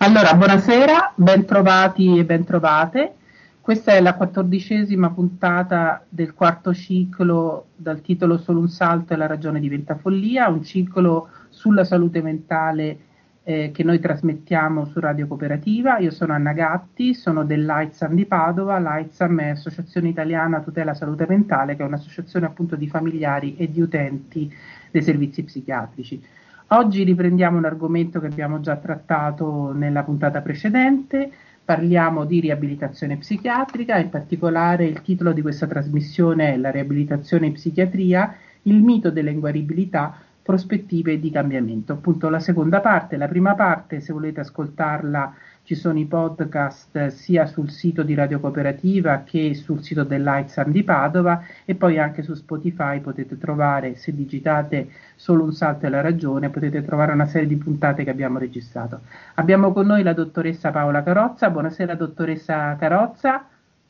Allora, buonasera, bentrovati e bentrovate. Questa è la 14ª puntata del quarto ciclo dal titolo Solo un salto e la ragione diventa follia, un ciclo sulla salute mentale che noi trasmettiamo su Radio Cooperativa. Io sono Anna Gatti, sono dell'AIDSAM di Padova. L'AIDSAM è Associazione Italiana Tutela Salute Mentale, che è un'associazione appunto di familiari e di utenti dei servizi psichiatrici. Oggi riprendiamo un argomento che abbiamo già trattato nella puntata precedente, parliamo di riabilitazione psichiatrica, in particolare il titolo di questa trasmissione è La riabilitazione in psichiatria, il mito della inguaribilità, prospettive di cambiamento. Appunto la seconda parte, la prima parte, se volete ascoltarla ci sono i podcast sia sul sito di Radio Cooperativa che sul sito dell'AIDSAM di Padova e poi anche su Spotify potete trovare, se digitate Solo un salto e la ragione, potete trovare una serie di puntate che abbiamo registrato. Abbiamo con noi la dottoressa Paola Carozza. Buonasera dottoressa Carozza.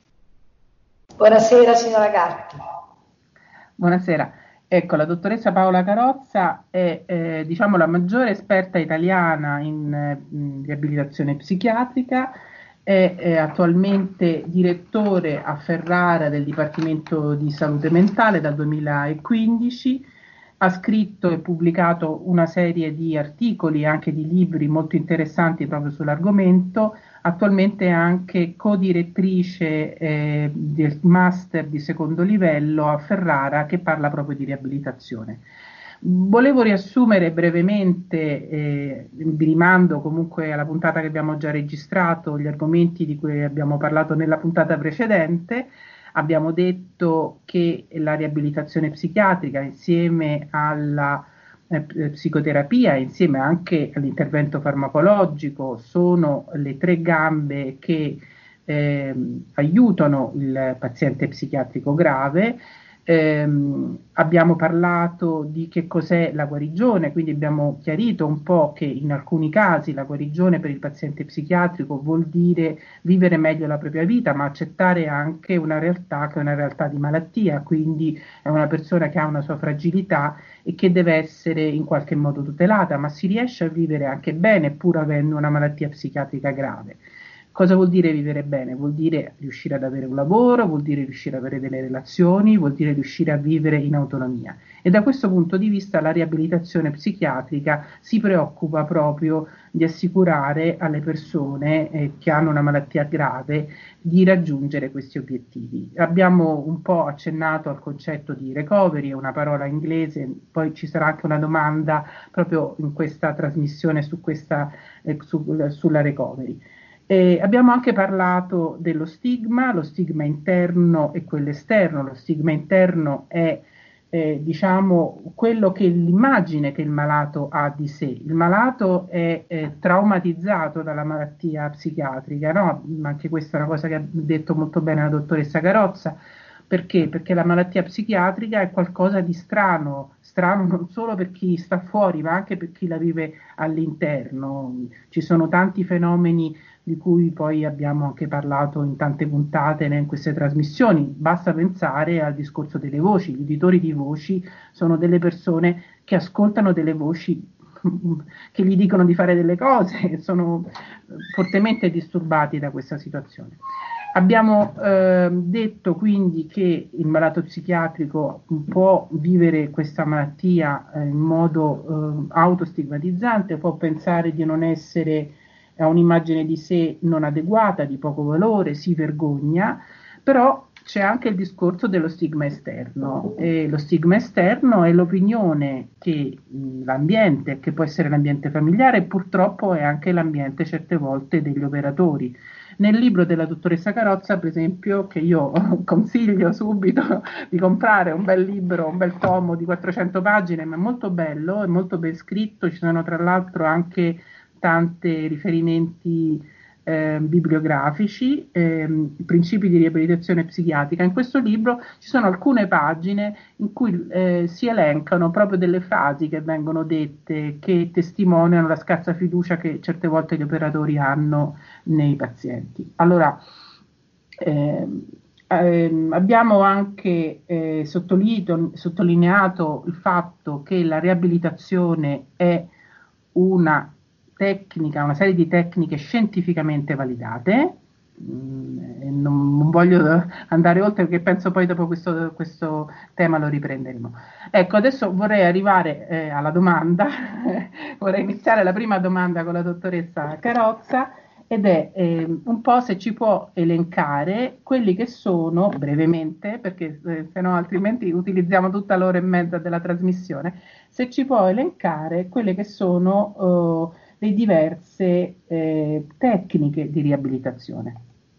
Buonasera signora Gatti. Buonasera. Ecco, la dottoressa Paola Carozza è diciamo la maggiore esperta italiana in riabilitazione psichiatrica, è attualmente direttore a Ferrara del Dipartimento di Salute Mentale dal 2015, ha scritto e pubblicato una serie di articoli e anche di libri molto interessanti proprio sull'argomento. Attualmente è anche co-direttrice del master di secondo livello a Ferrara che parla proprio di riabilitazione. Volevo riassumere brevemente, vi rimando comunque alla puntata che abbiamo già registrato, gli argomenti di cui abbiamo parlato nella puntata precedente. Abbiamo detto che la riabilitazione psichiatrica insieme alla psicoterapia, insieme anche all'intervento farmacologico, sono le tre gambe che aiutano il paziente psichiatrico grave. Abbiamo parlato di che cos'è la guarigione, quindi abbiamo chiarito un po' che in alcuni casi la guarigione per il paziente psichiatrico vuol dire vivere meglio la propria vita, ma accettare anche una realtà che è una realtà di malattia, quindi è una persona che ha una sua fragilità e che deve essere in qualche modo tutelata, ma si riesce a vivere anche bene pur avendo una malattia psichiatrica grave. Cosa vuol dire vivere bene? Vuol dire riuscire ad avere un lavoro, vuol dire riuscire ad avere delle relazioni, vuol dire riuscire a vivere in autonomia. E da questo punto di vista la riabilitazione psichiatrica si preoccupa proprio di assicurare alle persone che hanno una malattia grave di raggiungere questi obiettivi. Abbiamo un po' accennato al concetto di recovery, è una parola inglese, poi ci sarà anche una domanda proprio in questa trasmissione sulla recovery. Abbiamo anche parlato dello stigma, lo stigma interno e quello esterno. Lo stigma interno è diciamo quello che l'immagine che il malato ha di sé. Il malato è traumatizzato dalla malattia psichiatrica, no? Anche questa è una cosa che ha detto molto bene la dottoressa Carozza. Perché? Perché la malattia psichiatrica è qualcosa di strano non solo per chi sta fuori, ma anche per chi la vive all'interno. Ci sono tanti fenomeni di cui poi abbiamo anche parlato in tante puntate in queste trasmissioni. Basta pensare al discorso delle voci. Gli uditori di voci sono delle persone che ascoltano delle voci che gli dicono di fare delle cose e sono fortemente disturbati da questa situazione. Abbiamo detto quindi che il malato psichiatrico può vivere questa malattia in modo autostigmatizzante, può pensare di non essere ha un'immagine di sé non adeguata, di poco valore, si vergogna, però c'è anche il discorso dello stigma esterno e lo stigma esterno è l'opinione che l'ambiente, che può essere l'ambiente familiare, purtroppo è anche l'ambiente certe volte degli operatori. Nel libro della dottoressa Carozza, per esempio, che io consiglio subito di comprare, un bel libro, un bel tomo di 400 pagine, ma è molto bello, è molto ben scritto, ci sono tra l'altro anche tanti riferimenti bibliografici, principi di riabilitazione psichiatrica. In questo libro ci sono alcune pagine in cui si elencano proprio delle frasi che vengono dette che testimoniano la scarsa fiducia che certe volte gli operatori hanno nei pazienti. Allora, abbiamo anche sottolineato il fatto che la riabilitazione è una tecnica, una serie di tecniche scientificamente validate. E non voglio andare oltre perché penso poi dopo questo tema lo riprenderemo. Ecco, adesso vorrei arrivare alla domanda, vorrei iniziare la prima domanda con la dottoressa Carozza ed è un po' se ci può elencare quelli che sono, brevemente, perché se no altrimenti utilizziamo tutta l'ora e mezza della trasmissione, se ci può elencare quelle che sono le diverse tecniche di riabilitazione.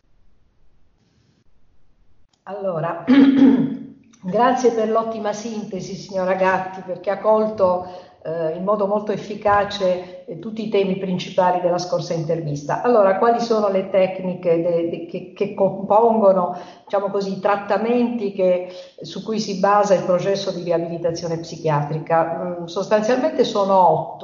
Allora, grazie per l'ottima sintesi, signora Gatti, perché ha colto in modo molto efficace tutti i temi principali della scorsa intervista. Allora, quali sono le tecniche che compongono, diciamo così, i trattamenti su cui si basa il processo di riabilitazione psichiatrica? Sostanzialmente sono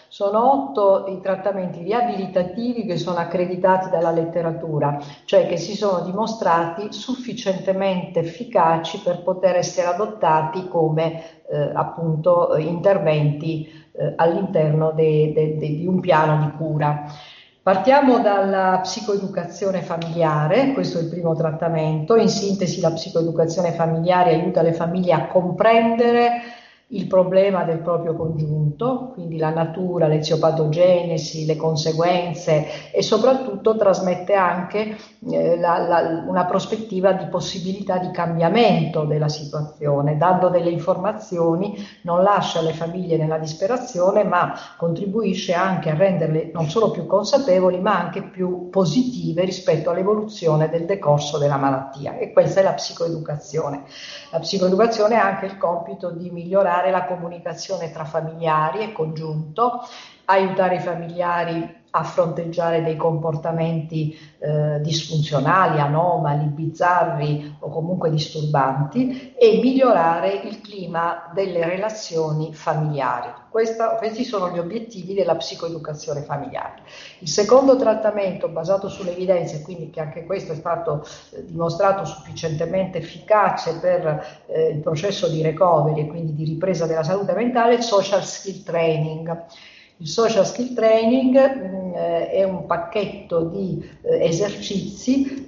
8 i trattamenti riabilitativi che sono accreditati dalla letteratura, cioè che si sono dimostrati sufficientemente efficaci per poter essere adottati come appunto interventi all'interno di un piano di cura. Partiamo dalla psicoeducazione familiare, questo è il primo trattamento. In sintesi, la psicoeducazione familiare aiuta le famiglie a comprendere il problema del proprio congiunto, quindi la natura, l'eziopatogenesi, le conseguenze, e soprattutto trasmette anche una prospettiva di possibilità di cambiamento della situazione, dando delle informazioni, non lascia le famiglie nella disperazione, ma contribuisce anche a renderle non solo più consapevoli, ma anche più positive rispetto all'evoluzione del decorso della malattia. E questa è la psicoeducazione. La psicoeducazione ha anche il compito di migliorare la comunicazione tra familiari e congiunto, aiutare i familiari a fronteggiare dei comportamenti disfunzionali, anomali, bizzarri o comunque disturbanti, e migliorare il clima delle relazioni familiari. Questi sono gli obiettivi della psicoeducazione familiare. Il secondo trattamento, basato sulle evidenze, quindi che anche questo è stato dimostrato sufficientemente efficace per il processo di recovery e quindi di ripresa della salute mentale, è il social skill training. Il social skill training è un pacchetto di esercizi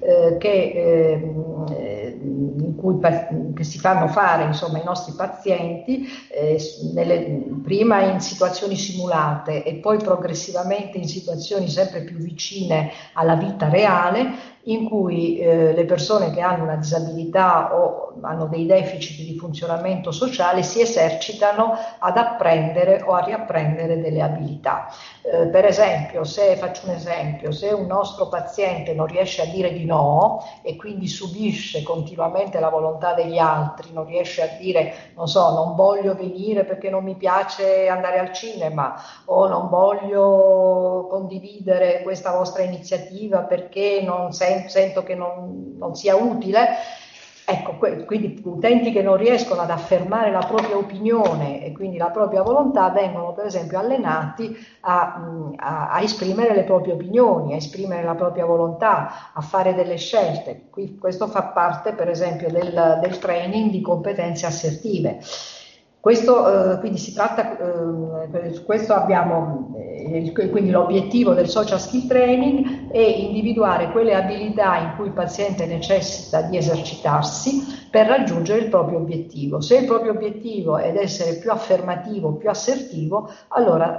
che si fanno fare, insomma, ai nostri pazienti, prima in situazioni simulate e poi progressivamente in situazioni sempre più vicine alla vita reale, in cui le persone che hanno una disabilità o hanno dei deficit di funzionamento sociale si esercitano ad apprendere o a riapprendere delle abilità. Per esempio, faccio un esempio, se un nostro paziente non riesce a dire di no e quindi subisce continuamente la volontà degli altri, non riesce a dire, non so, non voglio venire perché non mi piace andare al cinema, o non voglio condividere questa vostra iniziativa perché sento che non sia utile. Ecco, quindi utenti che non riescono ad affermare la propria opinione e quindi la propria volontà vengono per esempio allenati a esprimere le proprie opinioni, a esprimere la propria volontà, a fare delle scelte. Questo fa parte per esempio del training di competenze assertive. Quindi si tratta, questo abbiamo, quindi l'obiettivo del social skill training è individuare quelle abilità in cui il paziente necessita di esercitarsi per raggiungere il proprio obiettivo. Se il proprio obiettivo è essere più affermativo, più assertivo, allora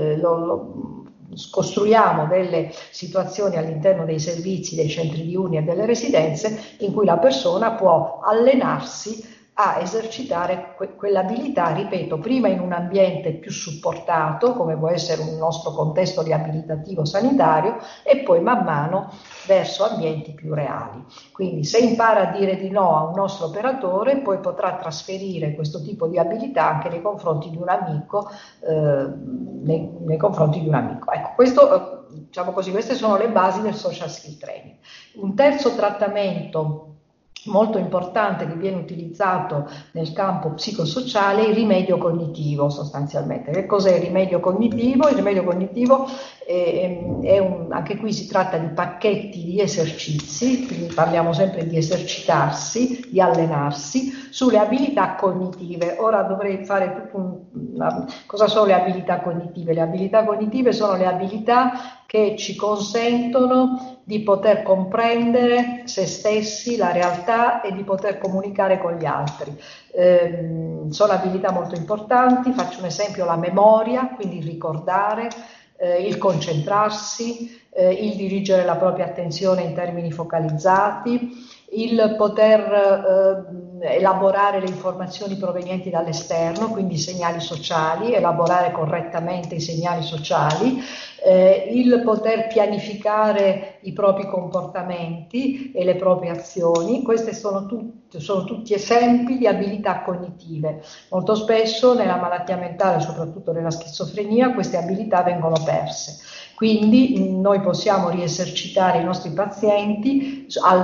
costruiamo delle situazioni all'interno dei servizi, dei centri diurni e delle residenze in cui la persona può allenarsi a esercitare quell'abilità, ripeto, prima in un ambiente più supportato, come può essere un nostro contesto riabilitativo sanitario, e poi man mano verso ambienti più reali. Quindi se impara a dire di no a un nostro operatore, poi potrà trasferire questo tipo di abilità anche nei confronti di un amico, nei confronti di un amico. Ecco, questo, diciamo così, queste sono le basi del social skill training. Un terzo trattamento molto importante che viene utilizzato nel campo psicosociale, il rimedio cognitivo sostanzialmente. Che cos'è il rimedio cognitivo? Il rimedio cognitivo anche qui si tratta di pacchetti di esercizi, quindi parliamo sempre di esercitarsi, di allenarsi sulle abilità cognitive. Ora dovrei fare cosa sono le abilità cognitive? Le abilità cognitive sono le abilità che ci consentono di poter comprendere se stessi, la realtà, e di poter comunicare con gli altri. Sono abilità molto importanti, faccio un esempio: la memoria, quindi il ricordare, il concentrarsi, il dirigere la propria attenzione in termini focalizzati, il poter elaborare le informazioni provenienti dall'esterno, quindi i segnali sociali, elaborare correttamente i segnali sociali, il poter pianificare i propri comportamenti e le proprie azioni. Queste sono tutti esempi di abilità cognitive. Molto spesso nella malattia mentale, soprattutto nella schizofrenia, queste abilità vengono perse. Quindi noi possiamo riesercitare i nostri pazienti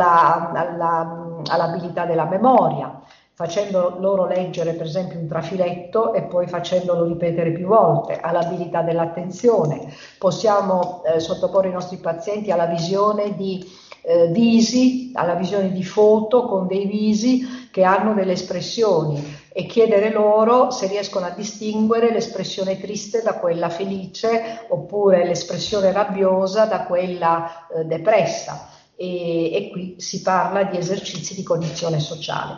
all'abilità della memoria, facendo loro leggere per esempio un trafiletto e poi facendolo ripetere più volte, all'abilità dell'attenzione. Possiamo sottoporre i nostri pazienti alla visione di visi, alla visione di foto con dei visi che hanno delle espressioni, e chiedere loro se riescono a distinguere l'espressione triste da quella felice, oppure l'espressione rabbiosa da quella depressa. E qui si parla di esercizi di cognizione sociale.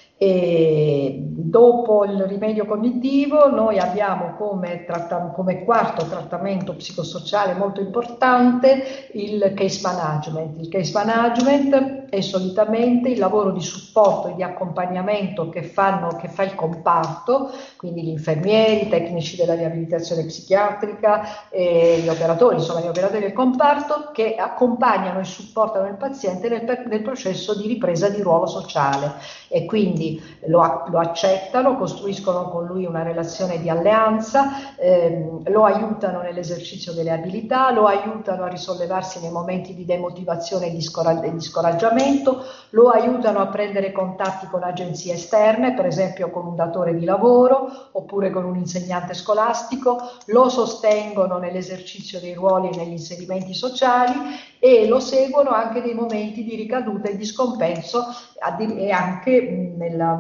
E dopo il rimedio cognitivo noi abbiamo come quarto trattamento psicosociale molto importante il case management. Il case management è solitamente il lavoro di supporto e di accompagnamento che fa il comparto, quindi gli infermieri, i tecnici della riabilitazione psichiatrica, gli operatori del comparto, che accompagnano e supportano il paziente nel processo di ripresa di ruolo sociale, e quindi lo accettano, costruiscono con lui una relazione di alleanza, lo aiutano nell'esercizio delle abilità, lo aiutano a risollevarsi nei momenti di demotivazione e di scoraggiamento, lo aiutano a prendere contatti con agenzie esterne, per esempio con un datore di lavoro oppure con un insegnante scolastico, lo sostengono nell'esercizio dei ruoli e negli inserimenti sociali, e lo seguono anche nei momenti di ricaduta e di scompenso, e anche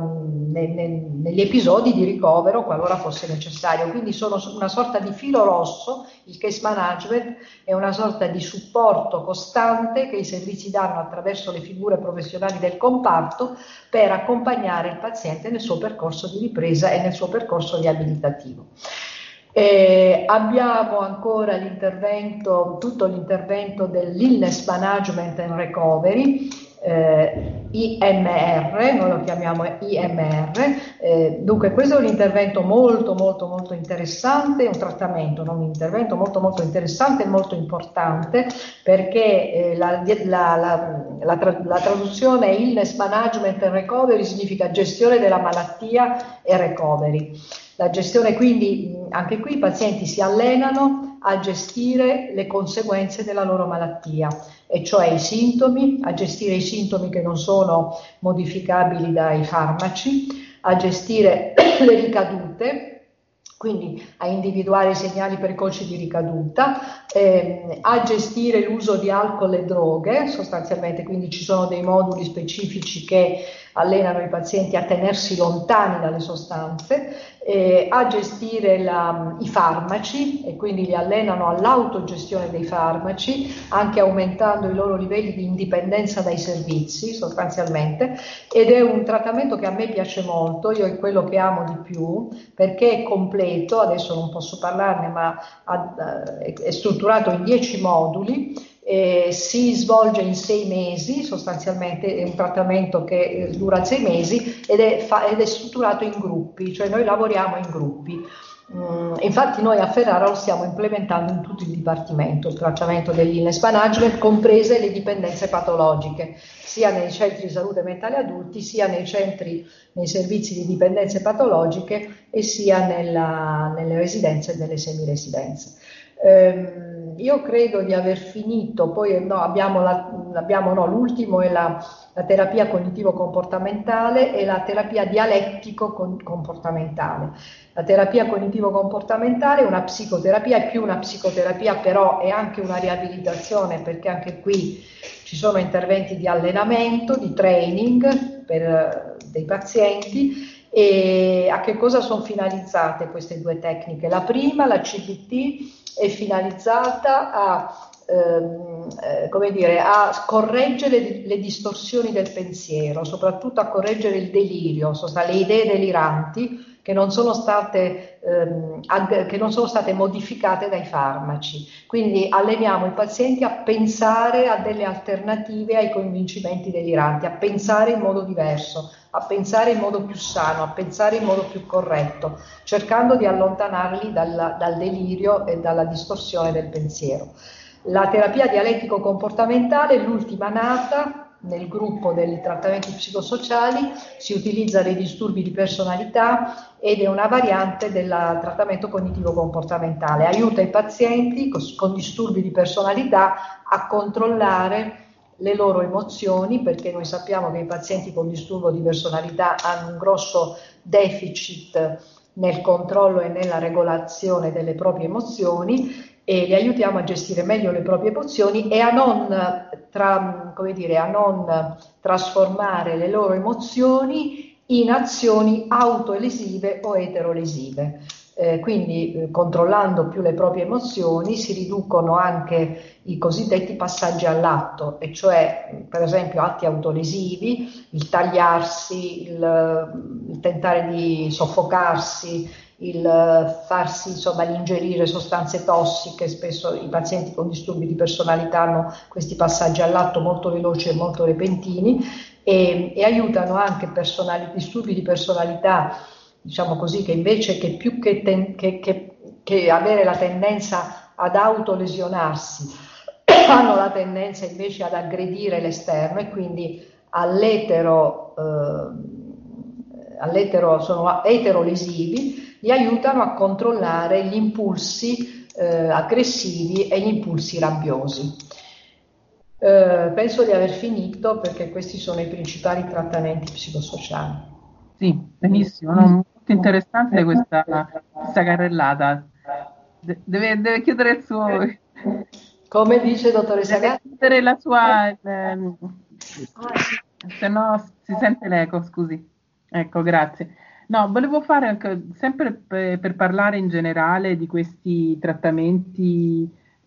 negli episodi di ricovero qualora fosse necessario. Quindi sono una sorta di filo rosso. Il case management è una sorta di supporto costante che i servizi danno attraverso le figure professionali del comparto per accompagnare il paziente nel suo percorso di ripresa e nel suo percorso riabilitativo. Abbiamo ancora tutto l'intervento dell'Illness Management and Recovery, IMR, noi lo chiamiamo IMR. Dunque questo è un intervento molto molto molto interessante, un trattamento, non un intervento, molto molto interessante e molto importante, perché la traduzione Illness Management and Recovery significa gestione della malattia e recovery. La gestione, quindi anche qui i pazienti si allenano a gestire le conseguenze della loro malattia, e cioè i sintomi, a gestire i sintomi che non sono modificabili dai farmaci, a gestire le ricadute, quindi a individuare i segnali precoci di ricaduta, a gestire l'uso di alcol e droghe sostanzialmente, quindi ci sono dei moduli specifici che allenano i pazienti a tenersi lontani dalle sostanze, a gestire i farmaci, e quindi li allenano all'autogestione dei farmaci, anche aumentando i loro livelli di indipendenza dai servizi sostanzialmente, ed è un trattamento che a me piace molto, io è quello che amo di più, perché è completo, adesso non posso parlarne, ma è strutturato in 10 moduli. Si svolge in 6 mesi, sostanzialmente è un trattamento che dura 6 mesi ed è strutturato in gruppi, cioè noi lavoriamo in gruppi. Infatti noi a Ferrara lo stiamo implementando in tutto il dipartimento, il trattamento dell'illness management, comprese le dipendenze patologiche, sia nei centri di salute mentale adulti, sia nei servizi di dipendenze patologiche, e sia nelle residenze e nelle semiresidenze. io credo di aver finito, poi no, l'ultimo è la terapia cognitivo-comportamentale e la terapia dialettico-comportamentale. La terapia cognitivo-comportamentale è una psicoterapia, è più una psicoterapia, però è anche una riabilitazione, perché anche qui ci sono interventi di allenamento, di training per dei pazienti. E a che cosa sono finalizzate queste due tecniche? La prima, la CBT, è finalizzata a a correggere le distorsioni del pensiero, soprattutto a correggere il delirio, le idee deliranti che non sono state modificate dai farmaci. Quindi alleniamo i pazienti a pensare a delle alternative ai convincimenti deliranti, a pensare in modo diverso, a pensare in modo più sano, a pensare in modo più corretto, cercando di allontanarli dal delirio e dalla distorsione del pensiero. La terapia dialettico-comportamentale è l'ultima nata nel gruppo dei trattamenti psicosociali, si utilizza dei disturbi di personalità ed è una variante del trattamento cognitivo-comportamentale. Aiuta i pazienti con disturbi di personalità a controllare le loro emozioni, perché noi sappiamo che i pazienti con disturbo di personalità hanno un grosso deficit nel controllo e nella regolazione delle proprie emozioni, e li aiutiamo a gestire meglio le proprie emozioni e a non trasformare le loro emozioni in azioni autolesive o eterolesive. Quindi controllando più le proprie emozioni si riducono anche i cosiddetti passaggi all'atto, e cioè per esempio atti autolesivi, il tagliarsi, il tentare di soffocarsi, il farsi l'ingerire sostanze tossiche. Spesso i pazienti con disturbi di personalità hanno questi passaggi all'atto molto veloci e molto repentini, e aiutano anche disturbi di personalità, diciamo così, che invece che più che avere la tendenza ad autolesionarsi hanno la tendenza invece ad aggredire l'esterno, e quindi sono eterolesivi. Li aiutano a controllare gli impulsi aggressivi e gli impulsi rabbiosi. Penso di aver finito, perché questi sono i principali trattamenti psicosociali. Sì, benissimo, no? Molto interessante questa carrellata. Deve chiudere il suo... Come dice dottoressa Deve Gatti? chiudere la sua... se no si sente l'eco, scusi. Ecco, grazie. No, volevo fare anche, sempre per parlare in generale di questi trattamenti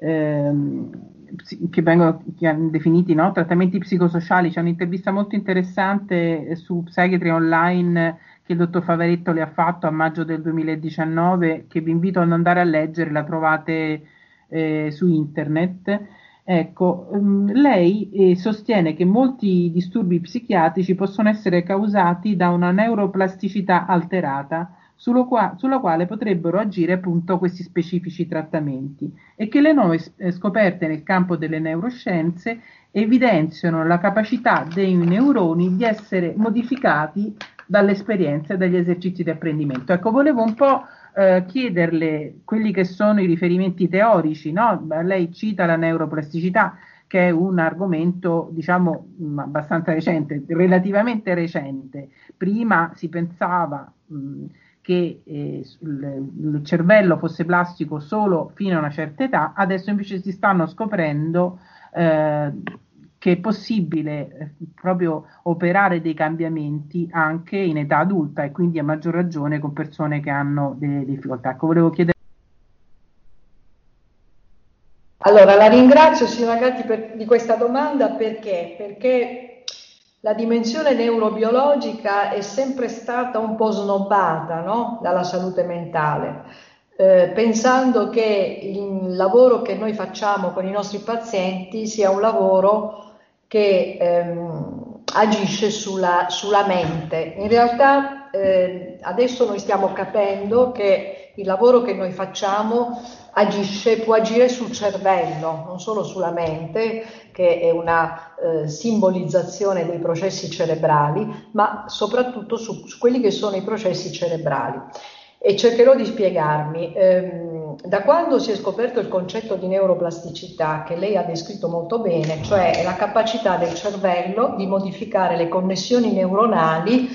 che vengono definiti, no? Trattamenti psicosociali. C'è un'intervista molto interessante su Psychiatry Online che il dottor Favaretto le ha fatto a maggio del 2019, che vi invito ad andare a leggere, la trovate su internet. Ecco, lei sostiene che molti disturbi psichiatrici possono essere causati da una neuroplasticità alterata, sulla quale potrebbero agire appunto questi specifici trattamenti, e che le nuove scoperte nel campo delle neuroscienze evidenziano la capacità dei neuroni di essere modificati dall'esperienza e dagli esercizi di apprendimento. Ecco, volevo un po' chiederle quelli che sono i riferimenti teorici, no? Lei cita la neuroplasticità, che è un argomento, diciamo, abbastanza recente, relativamente recente. Prima si pensava che il cervello fosse plastico solo fino a una certa età, adesso invece si stanno scoprendo che è possibile proprio operare dei cambiamenti anche in età adulta, e quindi a maggior ragione con persone che hanno delle difficoltà. Ecco, volevo chiedere. Allora, la ringrazio signora Gatti di questa domanda, perché la dimensione neurobiologica è sempre stata un po' snobbata, no? Dalla salute mentale, pensando che il lavoro che noi facciamo con i nostri pazienti sia un lavoro che agisce sulla mente. In realtà adesso noi stiamo capendo che il lavoro che noi facciamo può agire sul cervello, non solo sulla mente, che è una simbolizzazione dei processi cerebrali, ma soprattutto su quelli che sono i processi cerebrali. E cercherò di spiegarmi. da quando si è scoperto il concetto di neuroplasticità, che lei ha descritto molto bene, cioè la capacità del cervello di modificare le connessioni neuronali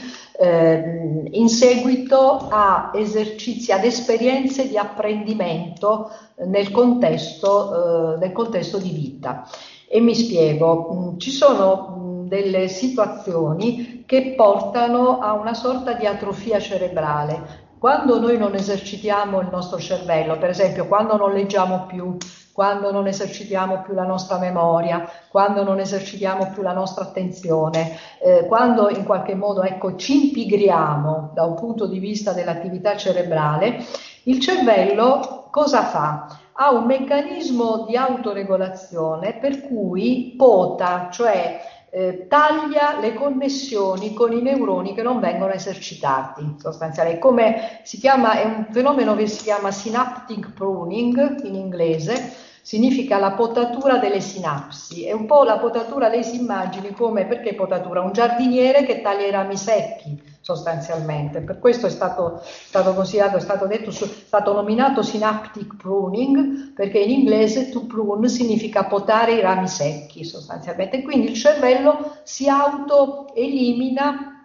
in seguito a esercizi, ad esperienze di apprendimento nel contesto di vita. E mi spiego, ci sono delle situazioni che portano a una sorta di atrofia cerebrale. Quando noi non esercitiamo il nostro cervello, per esempio quando non leggiamo più, quando non esercitiamo più la nostra memoria, quando non esercitiamo più la nostra attenzione, quando in qualche modo ci impigriamo da un punto di vista dell'attività cerebrale, il cervello cosa fa? Ha un meccanismo di autoregolazione per cui pota, cioè taglia le connessioni con i neuroni che non vengono esercitati, sostanzialmente. È un fenomeno che si chiama synaptic pruning in inglese, significa la potatura delle sinapsi. È un po' la potatura, lei si immagini come, perché potatura? Un giardiniere che taglia i rami secchi, sostanzialmente. Per questo è stato considerato, è stato nominato synaptic pruning, perché in inglese to prune significa potare i rami secchi, sostanzialmente. Quindi il cervello si autoelimina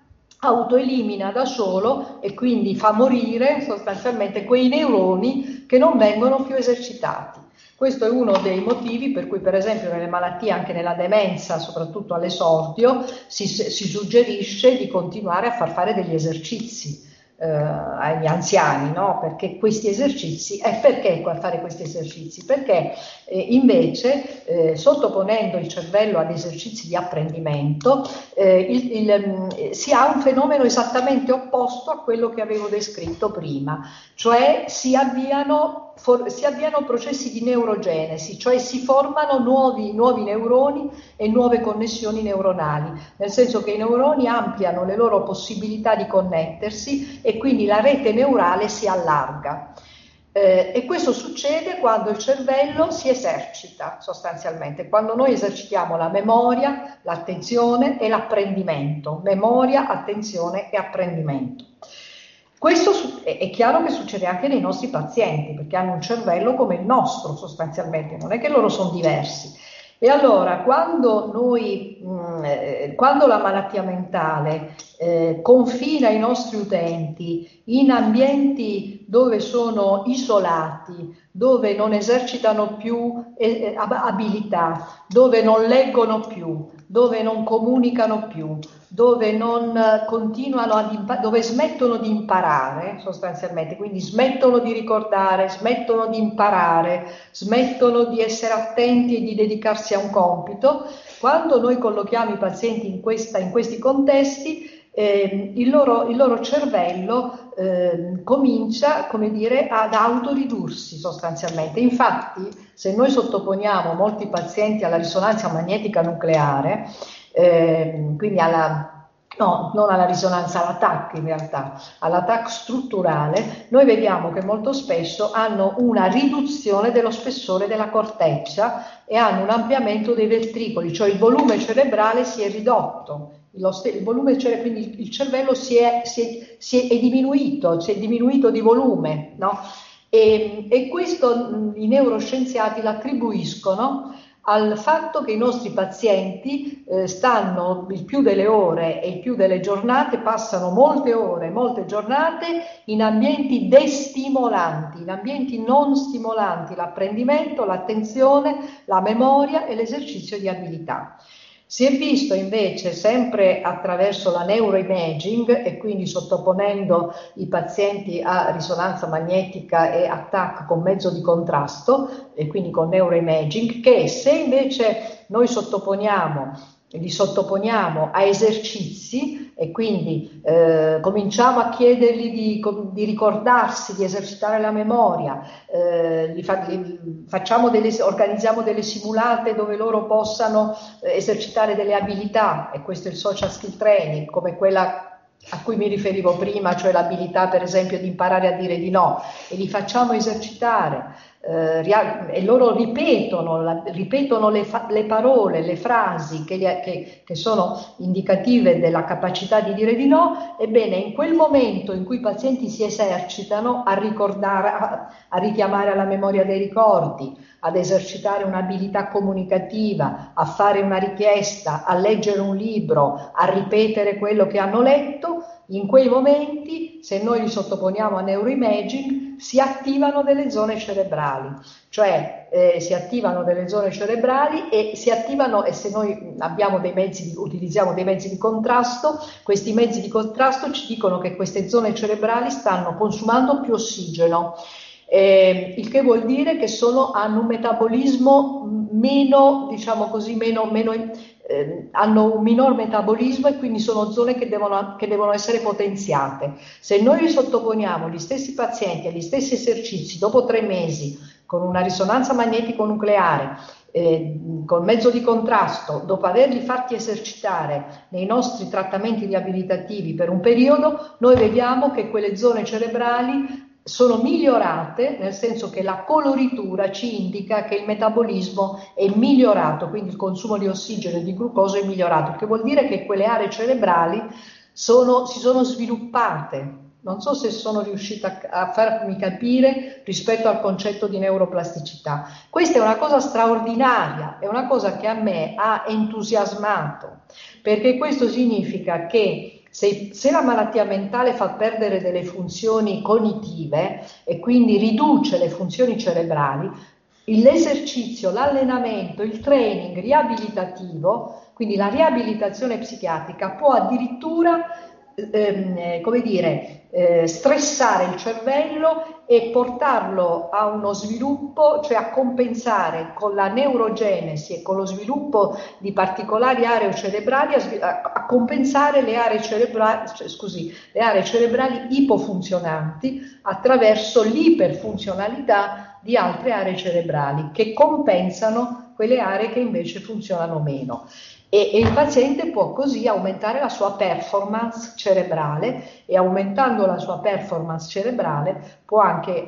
da solo e quindi fa morire sostanzialmente quei neuroni che non vengono più esercitati. Questo è uno dei motivi per cui, per esempio, nelle malattie, anche nella demenza, soprattutto all'esordio, si suggerisce di continuare a far fare degli esercizi agli anziani, no? Perché questi esercizi, perché fare questi esercizi? Perché invece sottoponendo il cervello ad esercizi di apprendimento si ha un fenomeno esattamente opposto a quello che avevo descritto prima, cioè si avviano processi di neurogenesi, cioè si formano nuovi neuroni e nuove connessioni neuronali, nel senso che i neuroni ampliano le loro possibilità di connettersi e quindi la rete neurale si allarga. E questo succede quando il cervello si esercita, sostanzialmente, quando noi esercitiamo la memoria, l'attenzione e l'apprendimento. Memoria, attenzione e apprendimento. Questo è chiaro che succede anche nei nostri pazienti, perché hanno un cervello come il nostro, sostanzialmente, non è che loro sono diversi. E allora, quando la malattia mentale confina i nostri utenti in ambienti dove sono isolati, dove non esercitano più abilità, dove non leggono più, dove non comunicano più, dove non dove smettono di imparare sostanzialmente, quindi smettono di ricordare, smettono di imparare, smettono di essere attenti e di dedicarsi a un compito. Quando noi collochiamo i pazienti in questi contesti, il loro cervello comincia, come dire, ad autoridursi sostanzialmente. Infatti, se noi sottoponiamo molti pazienti alla risonanza magnetica nucleare, quindi non alla risonanza, alla TAC in realtà, alla TAC strutturale, noi vediamo che molto spesso hanno una riduzione dello spessore della corteccia e hanno un ampliamento dei ventricoli, cioè il volume cerebrale si è ridotto. Quindi il cervello è diminuito di volume, no? E questo i neuroscienziati l'attribuiscono al fatto che i nostri pazienti stanno il più delle ore e il più delle giornate, passano molte ore, molte giornate in ambienti destimolanti, in ambienti non stimolanti l'apprendimento, l'attenzione, la memoria e l'esercizio di abilità. Si è visto invece, sempre attraverso la neuroimaging e quindi sottoponendo i pazienti a risonanza magnetica e a TAC con mezzo di contrasto e quindi con neuroimaging, che se invece noi li sottoponiamo a esercizi e quindi cominciamo a chiedergli di ricordarsi, di esercitare la memoria, organizziamo delle simulate dove loro possano esercitare delle abilità, e questo è il social skill training, come quella a cui mi riferivo prima, cioè l'abilità per esempio di imparare a dire di no, e li facciamo esercitare e loro ripetono le parole, le frasi che sono indicative della capacità di dire di no. Ebbene, in quel momento in cui i pazienti si esercitano a ricordare, a richiamare alla memoria dei ricordi, ad esercitare un'abilità comunicativa, a fare una richiesta, a leggere un libro, a ripetere quello che hanno letto, in quei momenti, se noi li sottoponiamo a neuroimaging, si attivano delle zone cerebrali, cioè si attivano delle zone cerebrali e si attivano, e se noi abbiamo utilizziamo dei mezzi di contrasto, questi mezzi di contrasto ci dicono che queste zone cerebrali stanno consumando più ossigeno. Il che vuol dire che hanno un metabolismo meno, diciamo così, hanno un minor metabolismo, e quindi sono zone che devono essere potenziate. Se noi li sottoponiamo, gli stessi pazienti, agli stessi esercizi dopo 3 mesi con una risonanza magnetico-nucleare, col mezzo di contrasto, dopo averli fatti esercitare nei nostri trattamenti riabilitativi per un periodo, noi vediamo che quelle zone cerebrali sono migliorate, nel senso che la coloritura ci indica che il metabolismo è migliorato, quindi il consumo di ossigeno e di glucosio è migliorato, il che vuol dire che quelle aree cerebrali si sono sviluppate. Non so se sono riuscita a farmi capire rispetto al concetto di neuroplasticità. Questa è una cosa straordinaria, è una cosa che a me ha entusiasmato, perché questo significa che se la malattia mentale fa perdere delle funzioni cognitive e quindi riduce le funzioni cerebrali, l'esercizio, l'allenamento, il training riabilitativo, quindi la riabilitazione psichiatrica, può addirittura stressare il cervello e portarlo a uno sviluppo, cioè a compensare con la neurogenesi e con lo sviluppo di particolari aree cerebrali, a compensare le aree cerebrali ipofunzionanti attraverso l'iperfunzionalità di altre aree cerebrali che compensano quelle aree che invece funzionano meno. E il paziente può così aumentare la sua performance cerebrale, e aumentando la sua performance cerebrale può anche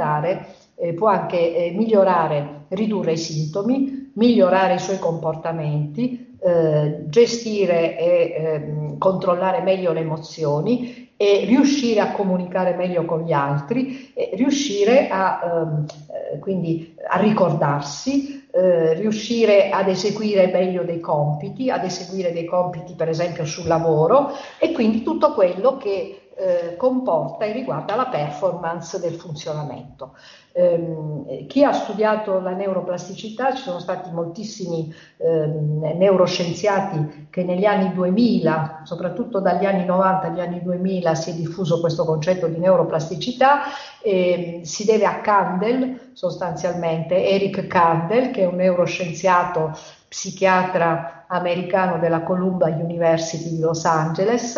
migliorare, ridurre i sintomi, migliorare i suoi comportamenti, gestire e controllare meglio le emozioni, e riuscire a comunicare meglio con gli altri, e riuscire quindi a ricordarsi, riuscire ad eseguire meglio dei compiti, per esempio sul lavoro, e quindi tutto quello che comporta e riguarda la performance del funzionamento. Chi ha studiato la neuroplasticità, ci sono stati moltissimi neuroscienziati che negli anni 2000, soprattutto dagli anni 90 agli anni 2000, si è diffuso questo concetto di neuroplasticità. Si deve a Kandel, sostanzialmente Eric Kandel, che è un neuroscienziato psichiatra americano della Columbia University di Los Angeles.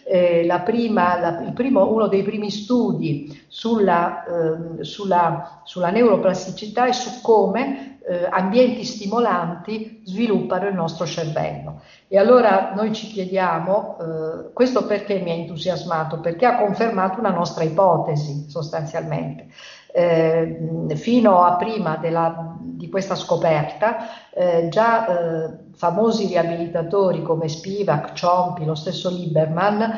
Uno dei primi studi sulla neuroplasticità e su come ambienti stimolanti sviluppano il nostro cervello. E allora noi ci chiediamo, questo perché mi ha entusiasmato? Perché ha confermato una nostra ipotesi, sostanzialmente. Fino a prima di questa scoperta, famosi riabilitatori come Spivak, Ciompi, lo stesso Lieberman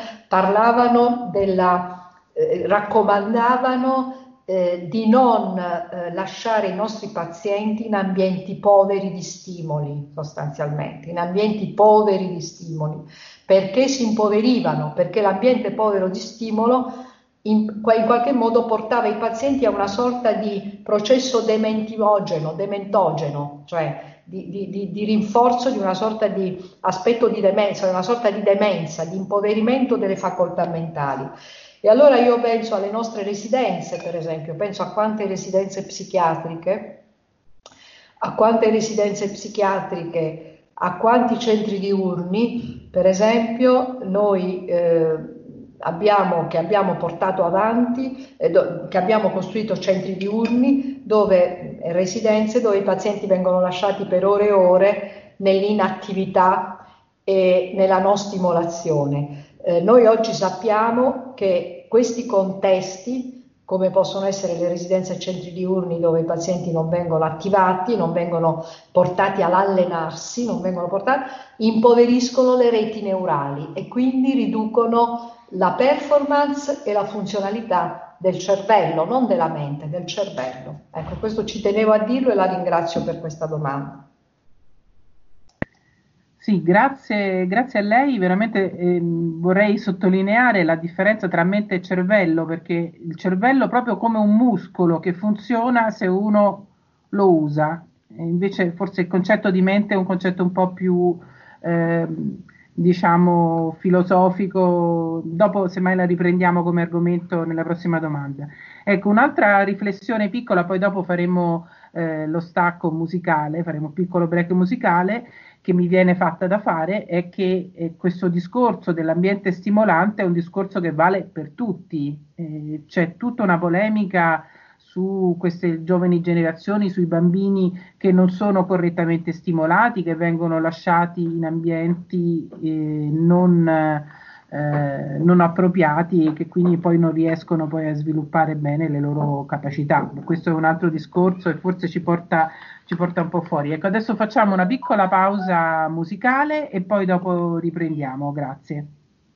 raccomandavano di non lasciare i nostri pazienti in ambienti poveri di stimoli, sostanzialmente, in ambienti poveri di stimoli, perché si impoverivano, perché l'ambiente povero di stimolo in qualche modo portava i pazienti a una sorta di processo dementogeno, cioè di rinforzo di una sorta di aspetto di demenza, una sorta di demenza, di impoverimento delle facoltà mentali. E allora io penso alle nostre residenze, per esempio, penso a quante residenze psichiatriche, a quanti centri diurni, per esempio, noi abbiamo portato avanti, che abbiamo costruito centri diurni, residenze dove i pazienti vengono lasciati per ore e ore nell'inattività e nella non stimolazione. Noi oggi sappiamo che questi contesti come possono essere le residenze e centri diurni dove i pazienti non vengono attivati, non vengono portati ad allenarsi, non vengono portati, impoveriscono le reti neurali e quindi riducono la performance e la funzionalità del cervello, non della mente, del cervello. Ecco, questo ci tenevo a dirlo e la ringrazio per questa domanda. Sì, grazie a lei. Veramente vorrei sottolineare la differenza tra mente e cervello, perché il cervello è proprio come un muscolo che funziona se uno lo usa. E invece forse il concetto di mente è un concetto un po' più, diciamo, filosofico. Dopo, semmai la riprendiamo come argomento nella prossima domanda. Ecco, un'altra riflessione piccola, poi dopo faremo lo stacco musicale, faremo un piccolo break musicale che mi viene fatta da fare è che questo discorso dell'ambiente stimolante è un discorso che vale per tutti. C'è tutta una polemica su queste giovani generazioni, sui bambini che non sono correttamente stimolati, che vengono lasciati in ambienti non appropriati e che quindi poi non riescono poi a sviluppare bene le loro capacità. Questo è un altro discorso e forse ci porta un po' fuori. Ecco, adesso facciamo una piccola pausa musicale e poi dopo riprendiamo. Grazie.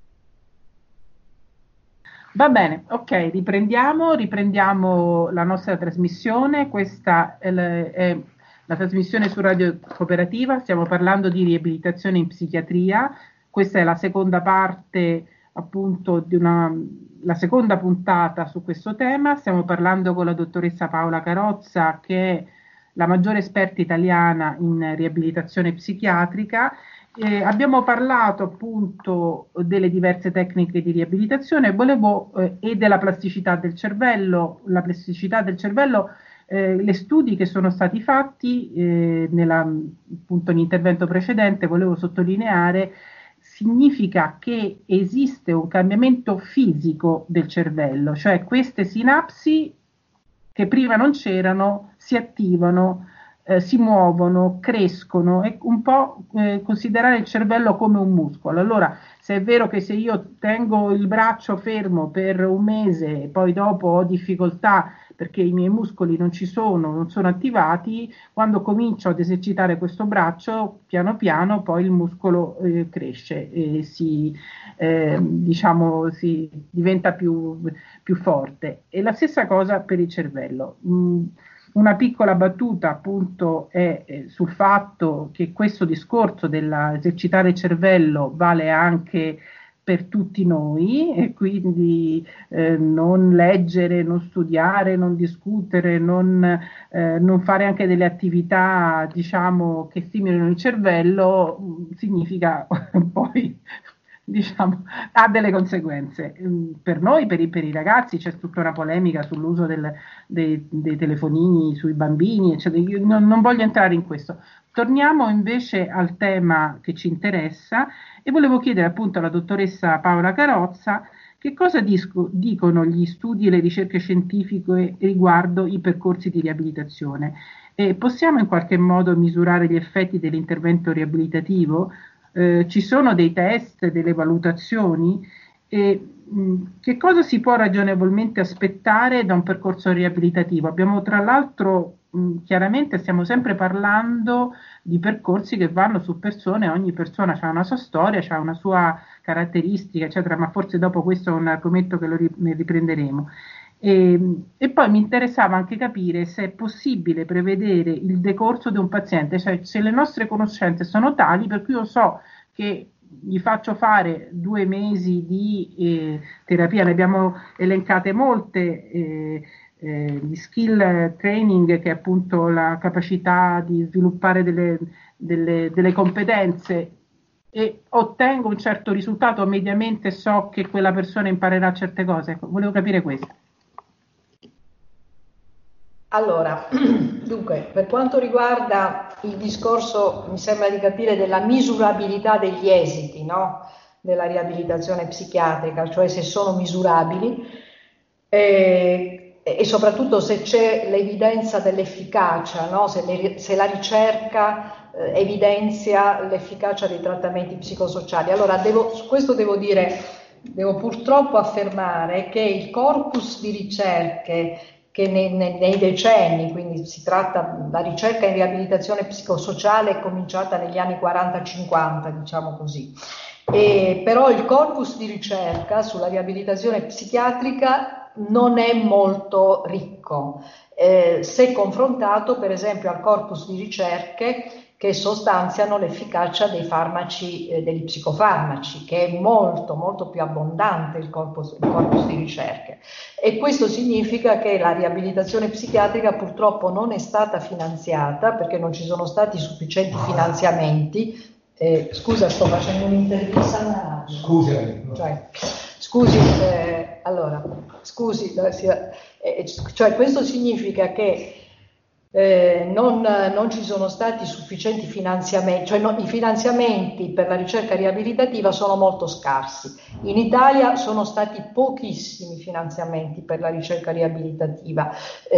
Va bene, ok, riprendiamo la nostra trasmissione. Questa è la trasmissione su Radio Cooperativa. Stiamo parlando di riabilitazione in psichiatria. Questa è la seconda parte, appunto, la seconda puntata su questo tema. Stiamo parlando con la dottoressa Paola Carozza, che è la maggiore esperta italiana in riabilitazione psichiatrica. Abbiamo parlato appunto delle diverse tecniche di riabilitazione e della plasticità del cervello. La plasticità del cervello, gli studi che sono stati fatti appunto nell'intervento precedente, volevo sottolineare, significa che esiste un cambiamento fisico del cervello, cioè queste sinapsi che prima non c'erano si attivano, si muovono, crescono, è un po' considerare il cervello come un muscolo. Allora, se è vero che se io tengo il braccio fermo per un mese e poi dopo ho difficoltà perché i miei muscoli non ci sono, non sono attivati, quando comincio ad esercitare questo braccio, piano piano poi il muscolo cresce e si diventa più forte. E la stessa cosa per il cervello. Una piccola battuta appunto è sul fatto che questo discorso dell'esercitare il cervello vale anche per tutti noi e quindi non leggere, non studiare, non discutere, non fare anche delle attività diciamo che stimolino il cervello significa poi diciamo, ha delle conseguenze. Per noi, per i ragazzi, c'è tutta una polemica sull'uso dei telefonini sui bambini, eccetera. Io non voglio entrare in questo. Torniamo invece al tema che ci interessa e volevo chiedere appunto alla dottoressa Paola Carozza che cosa dicono gli studi e le ricerche scientifiche riguardo i percorsi di riabilitazione. Possiamo in qualche modo misurare gli effetti dell'intervento riabilitativo? Ci sono dei test, delle valutazioni che cosa si può ragionevolmente aspettare da un percorso riabilitativo? Abbiamo tra l'altro chiaramente stiamo sempre parlando di percorsi che vanno su persone, ogni persona ha una sua storia, ha una sua caratteristica, eccetera, ma forse dopo questo è un argomento che ne riprenderemo. E poi mi interessava anche capire se è possibile prevedere il decorso di un paziente, cioè se le nostre conoscenze sono tali per cui io so che gli faccio fare 2 mesi di terapia, ne abbiamo elencate molte, di skill training, che è appunto la capacità di sviluppare delle competenze e ottengo un certo risultato, mediamente so che quella persona imparerà certe cose. Ecco, volevo capire questo. Allora, dunque, per quanto riguarda il discorso, mi sembra di capire, della misurabilità degli esiti, no? Della riabilitazione psichiatrica, cioè se sono misurabili e soprattutto se c'è l'evidenza dell'efficacia, no? Se la ricerca evidenzia l'efficacia dei trattamenti psicosociali. Allora, su questo devo dire devo purtroppo affermare che il corpus di ricerche che nei decenni, quindi si tratta, la ricerca in riabilitazione psicosociale è cominciata negli anni 40-50, diciamo così, però il corpus di ricerca sulla riabilitazione psichiatrica non è molto ricco, se confrontato per esempio al corpus di ricerche che sostanziano l'efficacia dei farmaci, degli psicofarmaci, che è molto molto più abbondante il corpus di ricerche. E questo significa che la riabilitazione psichiatrica purtroppo non è stata finanziata perché non ci sono stati sufficienti finanziamenti. Scusa, sto facendo un'intervista alla radio. Scusami. Cioè questo significa che non ci sono stati sufficienti finanziamenti, cioè i finanziamenti per la ricerca riabilitativa sono molto scarsi. In Italia sono stati pochissimi finanziamenti per la ricerca riabilitativa.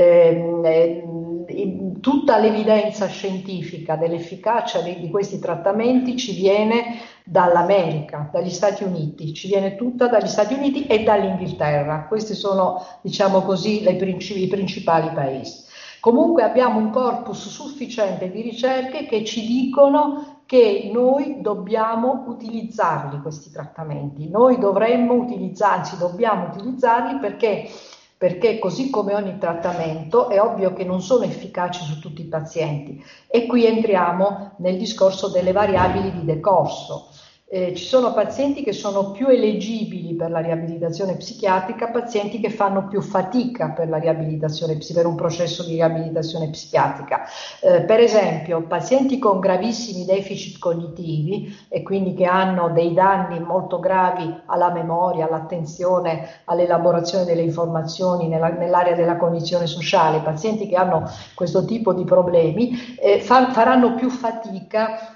Tutta l'evidenza scientifica dell'efficacia di questi trattamenti ci viene dall'America, dagli Stati Uniti, ci viene tutta dagli Stati Uniti e dall'Inghilterra. Questi sono, diciamo così, i principali paesi. Comunque abbiamo un corpus sufficiente di ricerche che ci dicono che noi dobbiamo utilizzarli questi trattamenti, noi dobbiamo utilizzarli perché così come ogni trattamento è ovvio che non sono efficaci su tutti i pazienti e qui entriamo nel discorso delle variabili di decorso. Ci sono pazienti che sono più eleggibili per la riabilitazione psichiatrica, pazienti che fanno più fatica per per un processo di riabilitazione psichiatrica. Per esempio, pazienti con gravissimi deficit cognitivi e quindi che hanno dei danni molto gravi alla memoria, all'attenzione, all'elaborazione delle informazioni nell'area della cognizione sociale, pazienti che hanno questo tipo di problemi faranno più fatica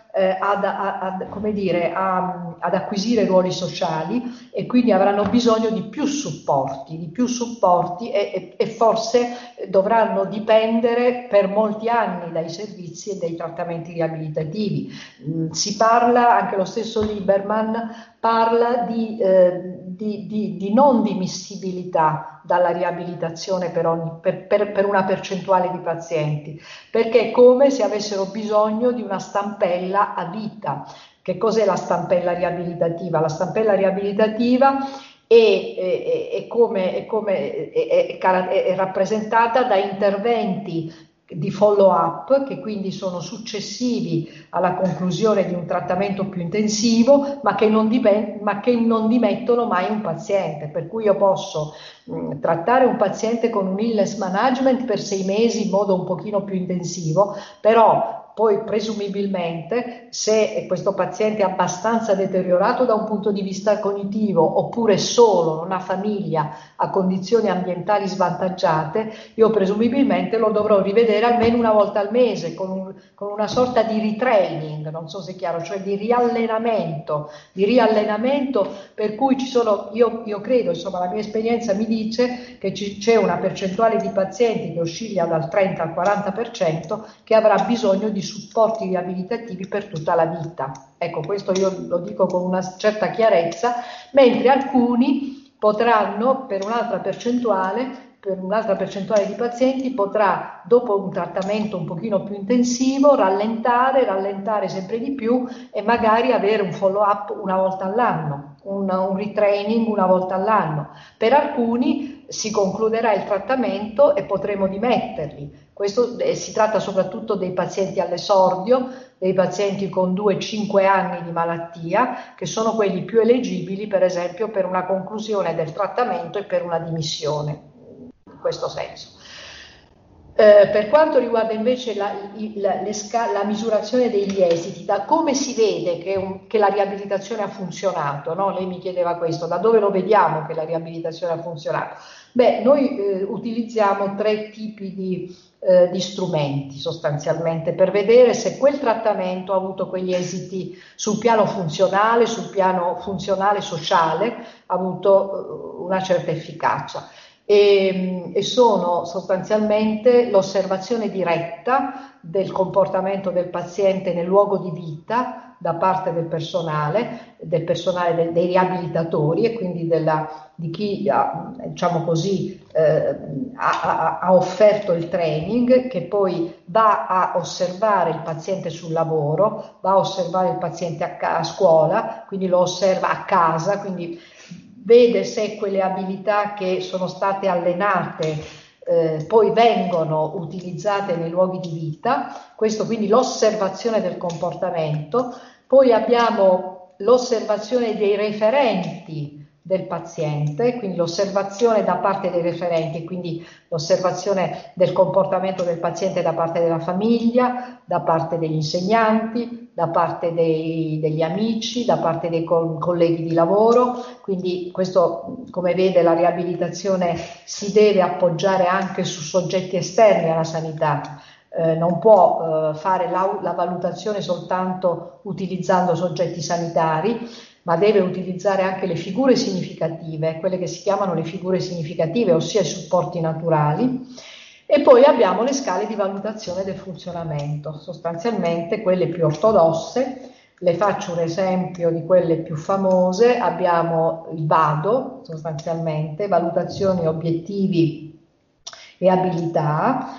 ad acquisire ruoli sociali e quindi avranno bisogno di più supporti e forse dovranno dipendere per molti anni dai servizi e dai trattamenti riabilitativi. Si parla, anche lo stesso Lieberman parla di non dimissibilità dalla riabilitazione per una percentuale di pazienti, perché è come se avessero bisogno di una stampella a vita. Che cos'è la stampella riabilitativa? La stampella riabilitativa è rappresentata da interventi di follow up che quindi sono successivi alla conclusione di un trattamento più intensivo ma che non dimettono mai un paziente, per cui io posso trattare un paziente con un illness management per 6 mesi in modo un pochino più intensivo, però poi presumibilmente se questo paziente è abbastanza deteriorato da un punto di vista cognitivo oppure solo, non ha famiglia, ha condizioni ambientali svantaggiate, io presumibilmente lo dovrò rivedere almeno una volta al mese con una sorta di retraining, non so se è chiaro, cioè di riallenamento per cui ci sono, io credo, insomma la mia esperienza mi dice che c'è una percentuale di pazienti che oscilla dal 30 al 40% che avrà bisogno di supporti riabilitativi per tutta la vita. Ecco, questo io lo dico con una certa chiarezza, mentre alcuni potranno, per un'altra percentuale di pazienti, potrà, dopo un trattamento un pochino più intensivo, rallentare sempre di più e magari avere un follow-up una volta all'anno, un retraining una volta all'anno. Per alcuni si concluderà il trattamento e potremo dimetterli. Si tratta soprattutto dei pazienti all'esordio, dei pazienti con 2-5 anni di malattia, che sono quelli più eleggibili, per esempio, per una conclusione del trattamento e per una dimissione, in questo senso. Per quanto riguarda invece la misurazione degli esiti, da come si vede che la riabilitazione ha funzionato, no? Lei mi chiedeva questo, da dove lo vediamo che la riabilitazione ha funzionato? Beh, noi utilizziamo 3 tipi di strumenti sostanzialmente per vedere se quel trattamento ha avuto quegli esiti sul piano funzionale sociale, ha avuto una certa efficacia. E sono sostanzialmente l'osservazione diretta del comportamento del paziente nel luogo di vita, da parte del personale dei riabilitatori e quindi di chi diciamo così, ha offerto il training, che poi va a osservare il paziente sul lavoro, va a osservare il paziente a scuola, quindi lo osserva a casa, quindi vede se quelle abilità che sono state allenate poi vengono utilizzate nei luoghi di vita. Questo quindi l'osservazione del comportamento. Poi abbiamo l'osservazione dei referenti del paziente, quindi l'osservazione da parte dei referenti, quindi l'osservazione del comportamento del paziente da parte della famiglia, da parte degli insegnanti, da parte degli amici, da parte dei colleghi di lavoro. Quindi questo, come vede, la riabilitazione si deve appoggiare anche su soggetti esterni alla sanità. Non può fare la valutazione soltanto utilizzando soggetti sanitari, ma deve utilizzare anche le figure significative, quelle che si chiamano le figure significative, ossia i supporti naturali. E poi abbiamo le scale di valutazione del funzionamento, sostanzialmente quelle più ortodosse. Le faccio un esempio di quelle più famose. Abbiamo il VADO, sostanzialmente, valutazioni, obiettivi e abilità,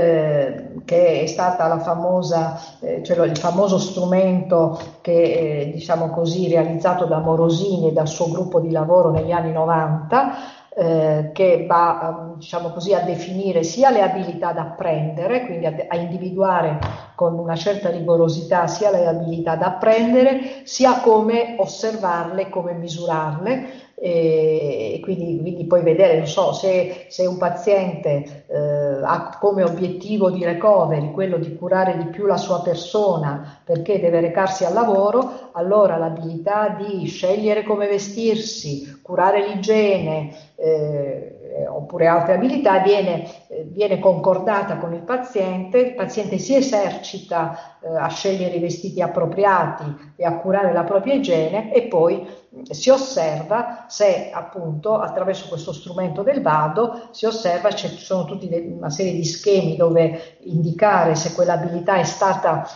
che è stata la famosa, cioè il famoso strumento che diciamo così, realizzato da Morosini e dal suo gruppo di lavoro negli anni 90, che va diciamo così, a definire sia le abilità da apprendere, quindi a individuare con una certa rigorosità sia le abilità da apprendere, sia come osservarle, come misurarle. E quindi poi vedere, non so, se un paziente ha come obiettivo di recovery quello di curare di più la sua persona perché deve recarsi al lavoro, allora l'abilità di scegliere come vestirsi, curare l'igiene, oppure altre abilità viene concordata con il paziente si esercita a scegliere i vestiti appropriati e a curare la propria igiene, e poi si osserva se appunto attraverso questo strumento del VADO ci sono tutti una serie di schemi dove indicare se quell'abilità è stata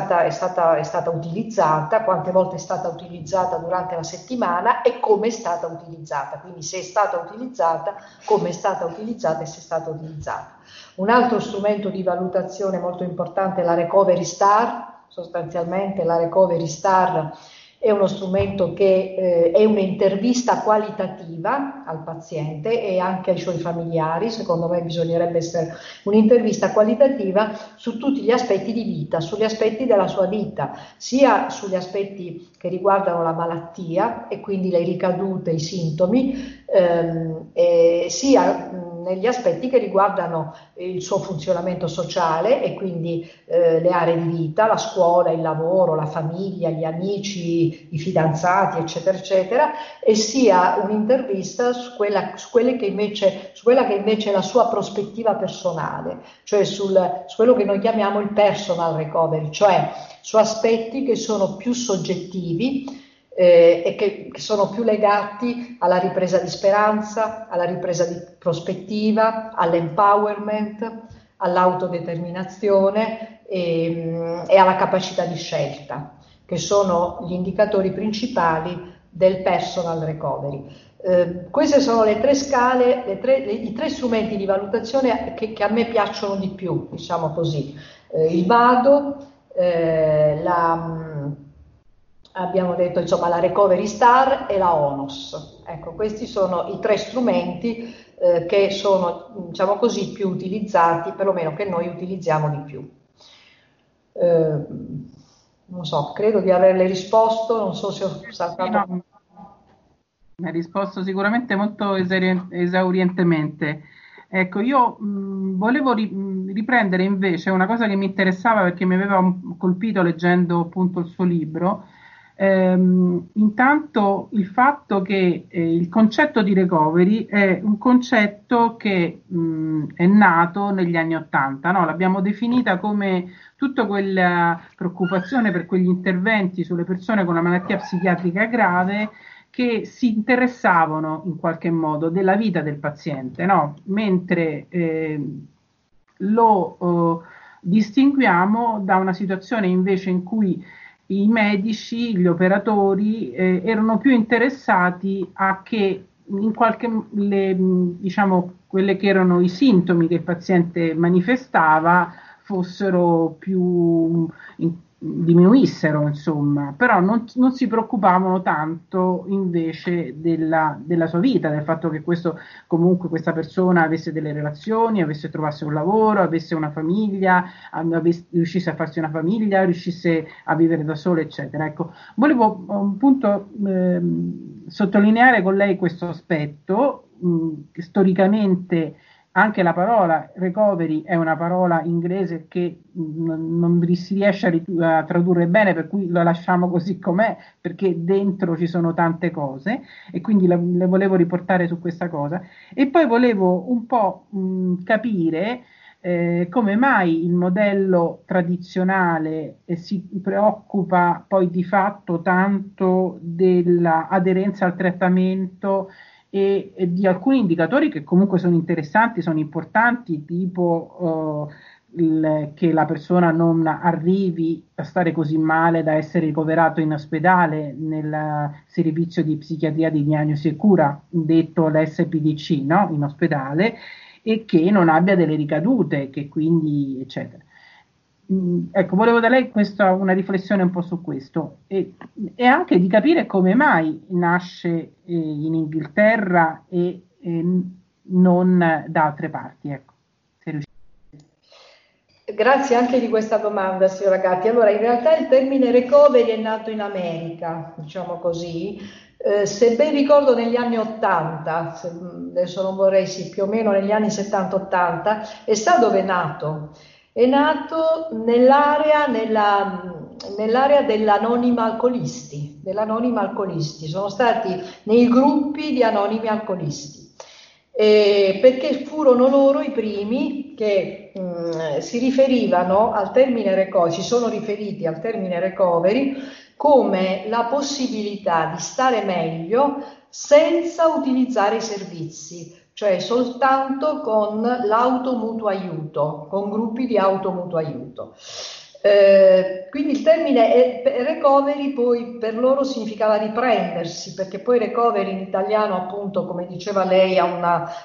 utilizzata, quante volte è stata utilizzata durante la settimana e come è stata utilizzata, quindi se è stata utilizzata, come è stata utilizzata e se è stata utilizzata. Un altro strumento di valutazione molto importante è la Recovery Star. Sostanzialmente la Recovery Star è uno strumento che è un'intervista qualitativa al paziente e anche ai suoi familiari. Secondo me bisognerebbe essere un'intervista qualitativa su tutti gli aspetti di vita, sugli aspetti della sua vita, sia sugli aspetti che riguardano la malattia e quindi le ricadute, i sintomi, sia negli aspetti che riguardano il suo funzionamento sociale e quindi le aree di vita, la scuola, il lavoro, la famiglia, gli amici, i fidanzati, eccetera, eccetera, e sia un'intervista su quella che invece è la sua prospettiva personale, cioè su quello che noi chiamiamo il personal recovery, cioè su aspetti che sono più soggettivi, e che sono più legati alla ripresa di speranza, alla ripresa di prospettiva, all'empowerment, all'autodeterminazione e alla capacità di scelta, che sono gli indicatori principali del personal recovery. Queste sono le tre scale, i tre strumenti di valutazione che a me piacciono di più, diciamo così. Il VADO, abbiamo detto insomma la Recovery Star e la ONOS. Ecco, questi sono i tre strumenti che sono, diciamo così, più utilizzati, perlomeno che noi utilizziamo di più. Non so, credo di averle risposto, non so se ho saltato. No, mi ha risposto sicuramente molto esaurientemente. Ecco, io volevo riprendere invece una cosa che mi interessava perché mi aveva colpito leggendo appunto il suo libro. Intanto il fatto che il concetto di recovery è un concetto che è nato negli anni '80, no? L'abbiamo definita come tutta quella preoccupazione per quegli interventi sulle persone con una malattia psichiatrica grave che si interessavano in qualche modo della vita del paziente, no? Mentre lo distinguiamo da una situazione invece in cui i medici, gli operatori erano più interessati a che diciamo, quelle che erano i sintomi che il paziente manifestava fossero più diminuissero, insomma, però non si preoccupavano tanto invece della sua vita, del fatto che comunque questa persona avesse delle relazioni, trovasse un lavoro, avesse una famiglia, riuscisse a farsi una famiglia, riuscisse a vivere da sola, eccetera. Ecco, volevo appunto sottolineare con lei questo aspetto, che storicamente anche la parola recovery è una parola inglese che non si riesce a tradurre bene, per cui la lasciamo così com'è, perché dentro ci sono tante cose, e quindi le volevo riportare su questa cosa. E poi volevo un po' capire come mai il modello tradizionale si preoccupa poi di fatto tanto dell'aderenza al trattamento e di alcuni indicatori che comunque sono interessanti, sono importanti, tipo che la persona non arrivi a stare così male da essere ricoverato in ospedale nel servizio di psichiatria di diagnosi e cura, detto l'SPDC, no? In ospedale, e che non abbia delle ricadute, che quindi eccetera. Ecco, volevo da lei una riflessione un po' su questo e anche di capire come mai nasce in Inghilterra e non da altre parti. Ecco, se riuscite. Grazie anche di questa domanda, signora Gatti. Allora, in realtà il termine recovery è nato in America, diciamo così, se ben ricordo negli anni 80, adesso non vorrei, sì, più o meno negli anni 70-80, e sa dove è nato? È nato nell'area dell'anonima alcolisti, sono stati nei gruppi di anonimi alcolisti. Perché furono loro i primi che si riferivano al termine recovery, si sono riferiti al termine recovery come la possibilità di stare meglio senza utilizzare i servizi, cioè soltanto con l'automutuo aiuto, con gruppi di automutuo aiuto. Quindi il termine recovery poi per loro significava riprendersi, perché poi recovery in italiano, appunto, come diceva lei, ha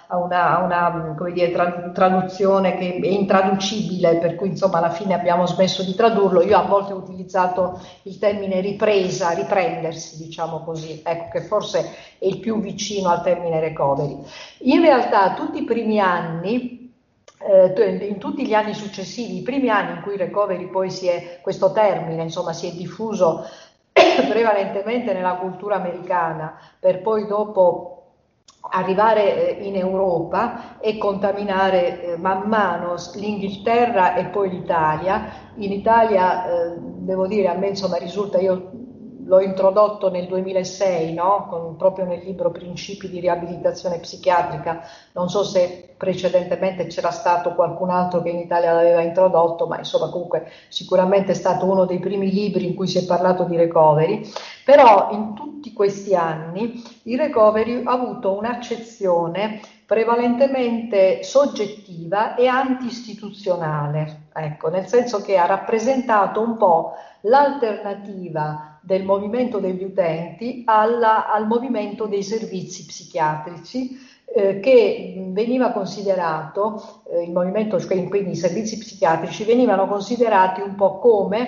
una come dire, traduzione che è intraducibile, per cui insomma alla fine abbiamo smesso di tradurlo. Io a volte ho utilizzato il termine ripresa, riprendersi, diciamo così, ecco, che forse è il più vicino al termine recovery. In realtà tutti i primi anni, in tutti gli anni successivi, i primi anni in cui recovery poi questo termine insomma si è diffuso prevalentemente nella cultura americana, per poi dopo arrivare in Europa e contaminare man mano l'Inghilterra e poi l'Italia. In Italia, devo dire, a me insomma risulta, io l'ho introdotto nel 2006, no? Proprio nel libro Principi di riabilitazione psichiatrica. Non so se precedentemente c'era stato qualcun altro che in Italia l'aveva introdotto, ma insomma comunque sicuramente è stato uno dei primi libri in cui si è parlato di recovery. Però in tutti questi anni il recovery ha avuto un'accezione prevalentemente soggettiva e anti-istituzionale, ecco, nel senso che ha rappresentato un po' l'alternativa del movimento degli utenti al movimento dei servizi psichiatrici, che veniva considerato, il movimento, cioè, quindi i servizi psichiatrici venivano considerati un po'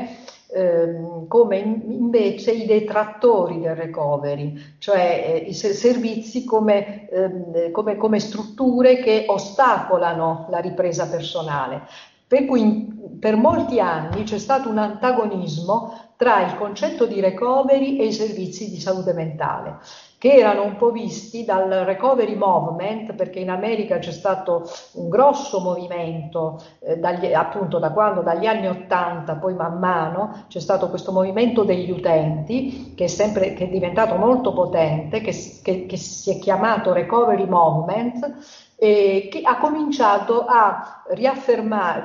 come invece i detrattori del recovery, cioè i servizi come strutture che ostacolano la ripresa personale. Per cui per molti anni c'è stato un antagonismo tra il concetto di recovery e i servizi di salute mentale, che erano un po' visti dal recovery movement, perché in America c'è stato un grosso movimento, appunto dagli anni 80, poi man mano c'è stato questo movimento degli utenti che è diventato molto potente, che si è chiamato recovery movement, che ha cominciato a riaffermare,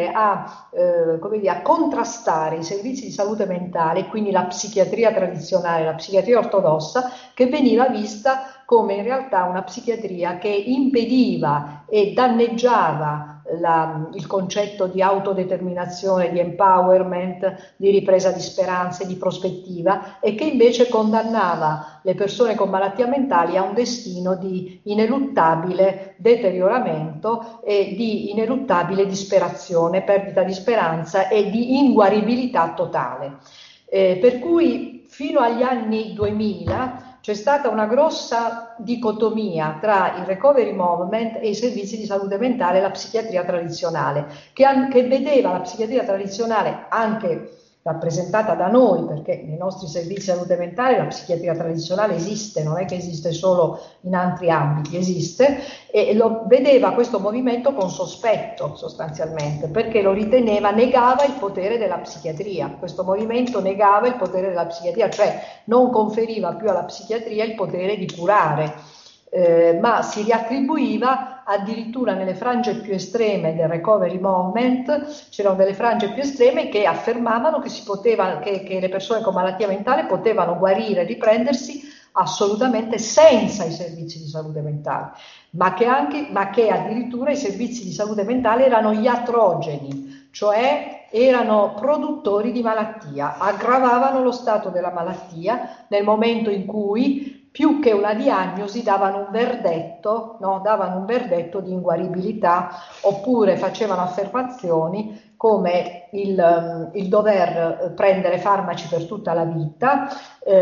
a contrastare i servizi di salute mentale, quindi la psichiatria tradizionale, la psichiatria ortodossa, che veniva vista come in realtà una psichiatria che impediva e danneggiava il concetto di autodeterminazione, di empowerment, di ripresa di speranze, di prospettiva, e che invece condannava le persone con malattia mentali a un destino di ineluttabile deterioramento e di ineluttabile disperazione, perdita di speranza e di inguaribilità totale. Per cui fino agli anni 2000 c'è stata una grossa dicotomia tra il recovery movement e i servizi di salute mentale e la psichiatria tradizionale, che vedeva la psichiatria tradizionale, anche rappresentata da noi, perché nei nostri servizi di salute mentale la psichiatria tradizionale esiste, non è che esiste solo in altri ambiti, esiste, e lo vedeva questo movimento con sospetto sostanzialmente, perché lo riteneva, negava il potere della psichiatria. Questo movimento negava il potere della psichiatria, cioè non conferiva più alla psichiatria il potere di curare, ma si riattribuiva addirittura nelle frange più estreme del recovery movement. C'erano delle frange più estreme che affermavano che che le persone con malattia mentale potevano guarire, riprendersi assolutamente senza i servizi di salute mentale, ma che addirittura i servizi di salute mentale erano iatrogeni, cioè erano produttori di malattia, aggravavano lo stato della malattia nel momento in cui, più che una diagnosi, davano un verdetto, no? Davano un verdetto di inguaribilità, oppure facevano affermazioni come il dover prendere farmaci per tutta la vita,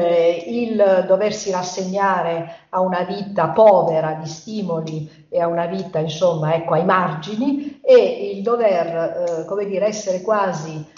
il doversi rassegnare a una vita povera di stimoli e a una vita, insomma, ecco, ai margini, e il dover, come dire, essere quasi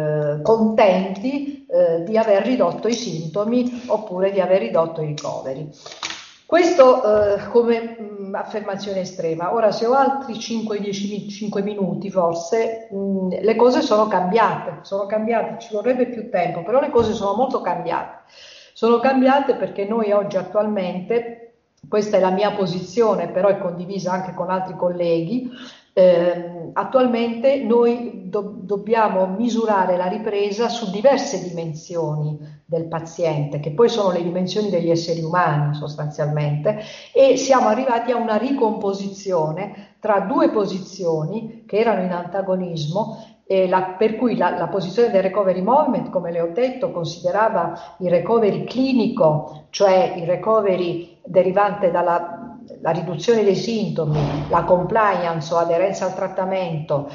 contenti di aver ridotto i sintomi oppure di aver ridotto i ricoveri. Questo come affermazione estrema. Ora, se ho altri 5-10 minuti forse, le cose sono cambiate, ci vorrebbe più tempo, però le cose sono molto cambiate. Sono cambiate perché noi oggi attualmente, questa è la mia posizione, però è condivisa anche con altri colleghi, attualmente noi dobbiamo misurare la ripresa su diverse dimensioni del paziente, che poi sono le dimensioni degli esseri umani sostanzialmente, e siamo arrivati a una ricomposizione tra due posizioni che erano in antagonismo. Per cui la posizione del recovery movement, come le ho detto, considerava il recovery clinico, cioè il recovery derivante dalla riduzione dei sintomi, la compliance o aderenza al trattamento,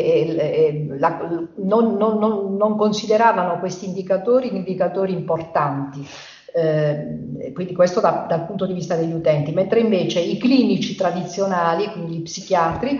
non consideravano questi indicatori importanti. Quindi questo dal punto di vista degli utenti, mentre invece i clinici tradizionali, quindi gli psichiatri,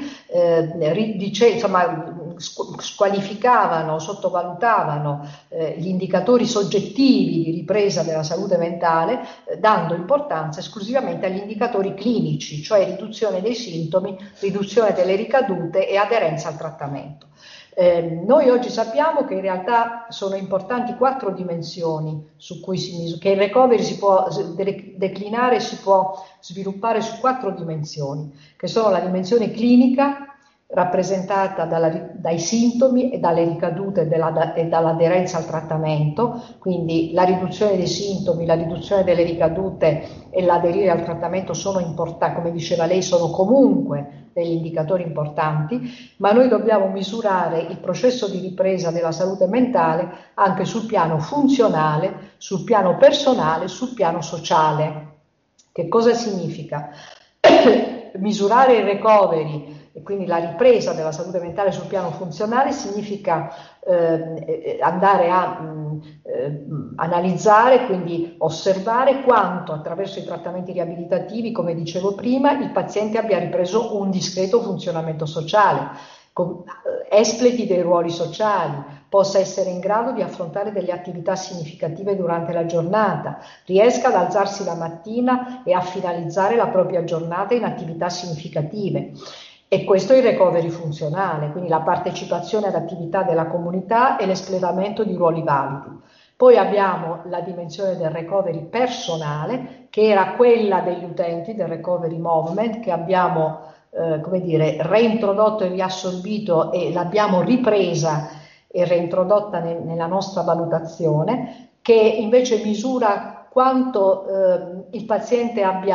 squalificavano, sottovalutavano gli indicatori soggettivi di ripresa della salute mentale, dando importanza esclusivamente agli indicatori clinici, cioè riduzione dei sintomi, riduzione delle ricadute e aderenza al trattamento. Noi oggi sappiamo che in realtà sono importanti 4 dimensioni su cui che il recovery si può declinare, si può sviluppare su 4 dimensioni, che sono la dimensione clinica, rappresentata dai sintomi e dalle ricadute e dall'aderenza al trattamento, quindi la riduzione dei sintomi, la riduzione delle ricadute e l'aderire al trattamento sono importanti, come diceva lei, sono comunque degli indicatori importanti, ma noi dobbiamo misurare il processo di ripresa della salute mentale anche sul piano funzionale, sul piano personale, sul piano sociale. Che cosa significa? Misurare il recovery e quindi la ripresa della salute mentale sul piano funzionale significa andare a analizzare, quindi osservare quanto attraverso i trattamenti riabilitativi, come dicevo prima, il paziente abbia ripreso un discreto funzionamento sociale, espleti dei ruoli sociali, possa essere in grado di affrontare delle attività significative durante la giornata, riesca ad alzarsi la mattina e a finalizzare la propria giornata in attività significative. E questo è il recovery funzionale, quindi la partecipazione ad attività della comunità e l'espletamento di ruoli validi. Poi abbiamo la dimensione del recovery personale, che era quella degli utenti del recovery movement, che abbiamo reintrodotto e riassorbito e l'abbiamo ripresa e reintrodotta nella nostra valutazione, che invece misura quanto il paziente abbia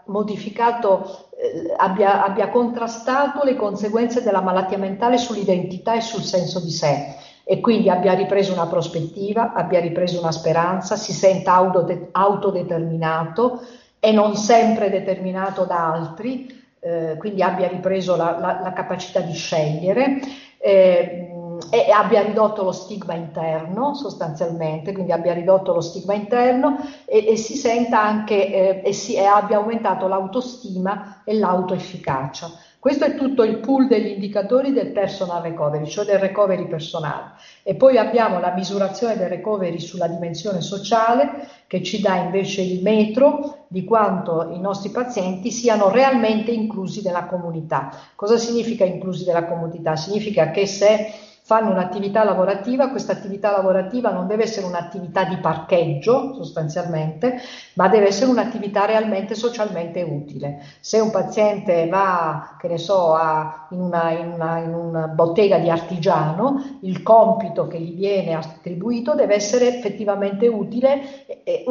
modificato, abbia contrastato le conseguenze della malattia mentale sull'identità e sul senso di sé, e quindi abbia ripreso una prospettiva, abbia ripreso una speranza, si senta autodeterminato e non sempre determinato da altri, quindi abbia ripreso la capacità di scegliere, e abbia ridotto lo stigma interno sostanzialmente, quindi abbia ridotto lo stigma interno e si senta anche e abbia aumentato l'autostima e l'autoefficacia. Questo è tutto il pool degli indicatori del personal recovery, cioè del recovery personale. E poi abbiamo la misurazione del recovery sulla dimensione sociale, che ci dà invece il metro di quanto i nostri pazienti siano realmente inclusi nella comunità. Cosa significa inclusi nella comunità? Significa che se fanno un'attività lavorativa, questa attività lavorativa non deve essere un'attività di parcheggio sostanzialmente, ma deve essere un'attività realmente socialmente utile. Se un paziente va, che ne so, in una bottega di artigiano, il compito che gli viene attribuito deve essere effettivamente utile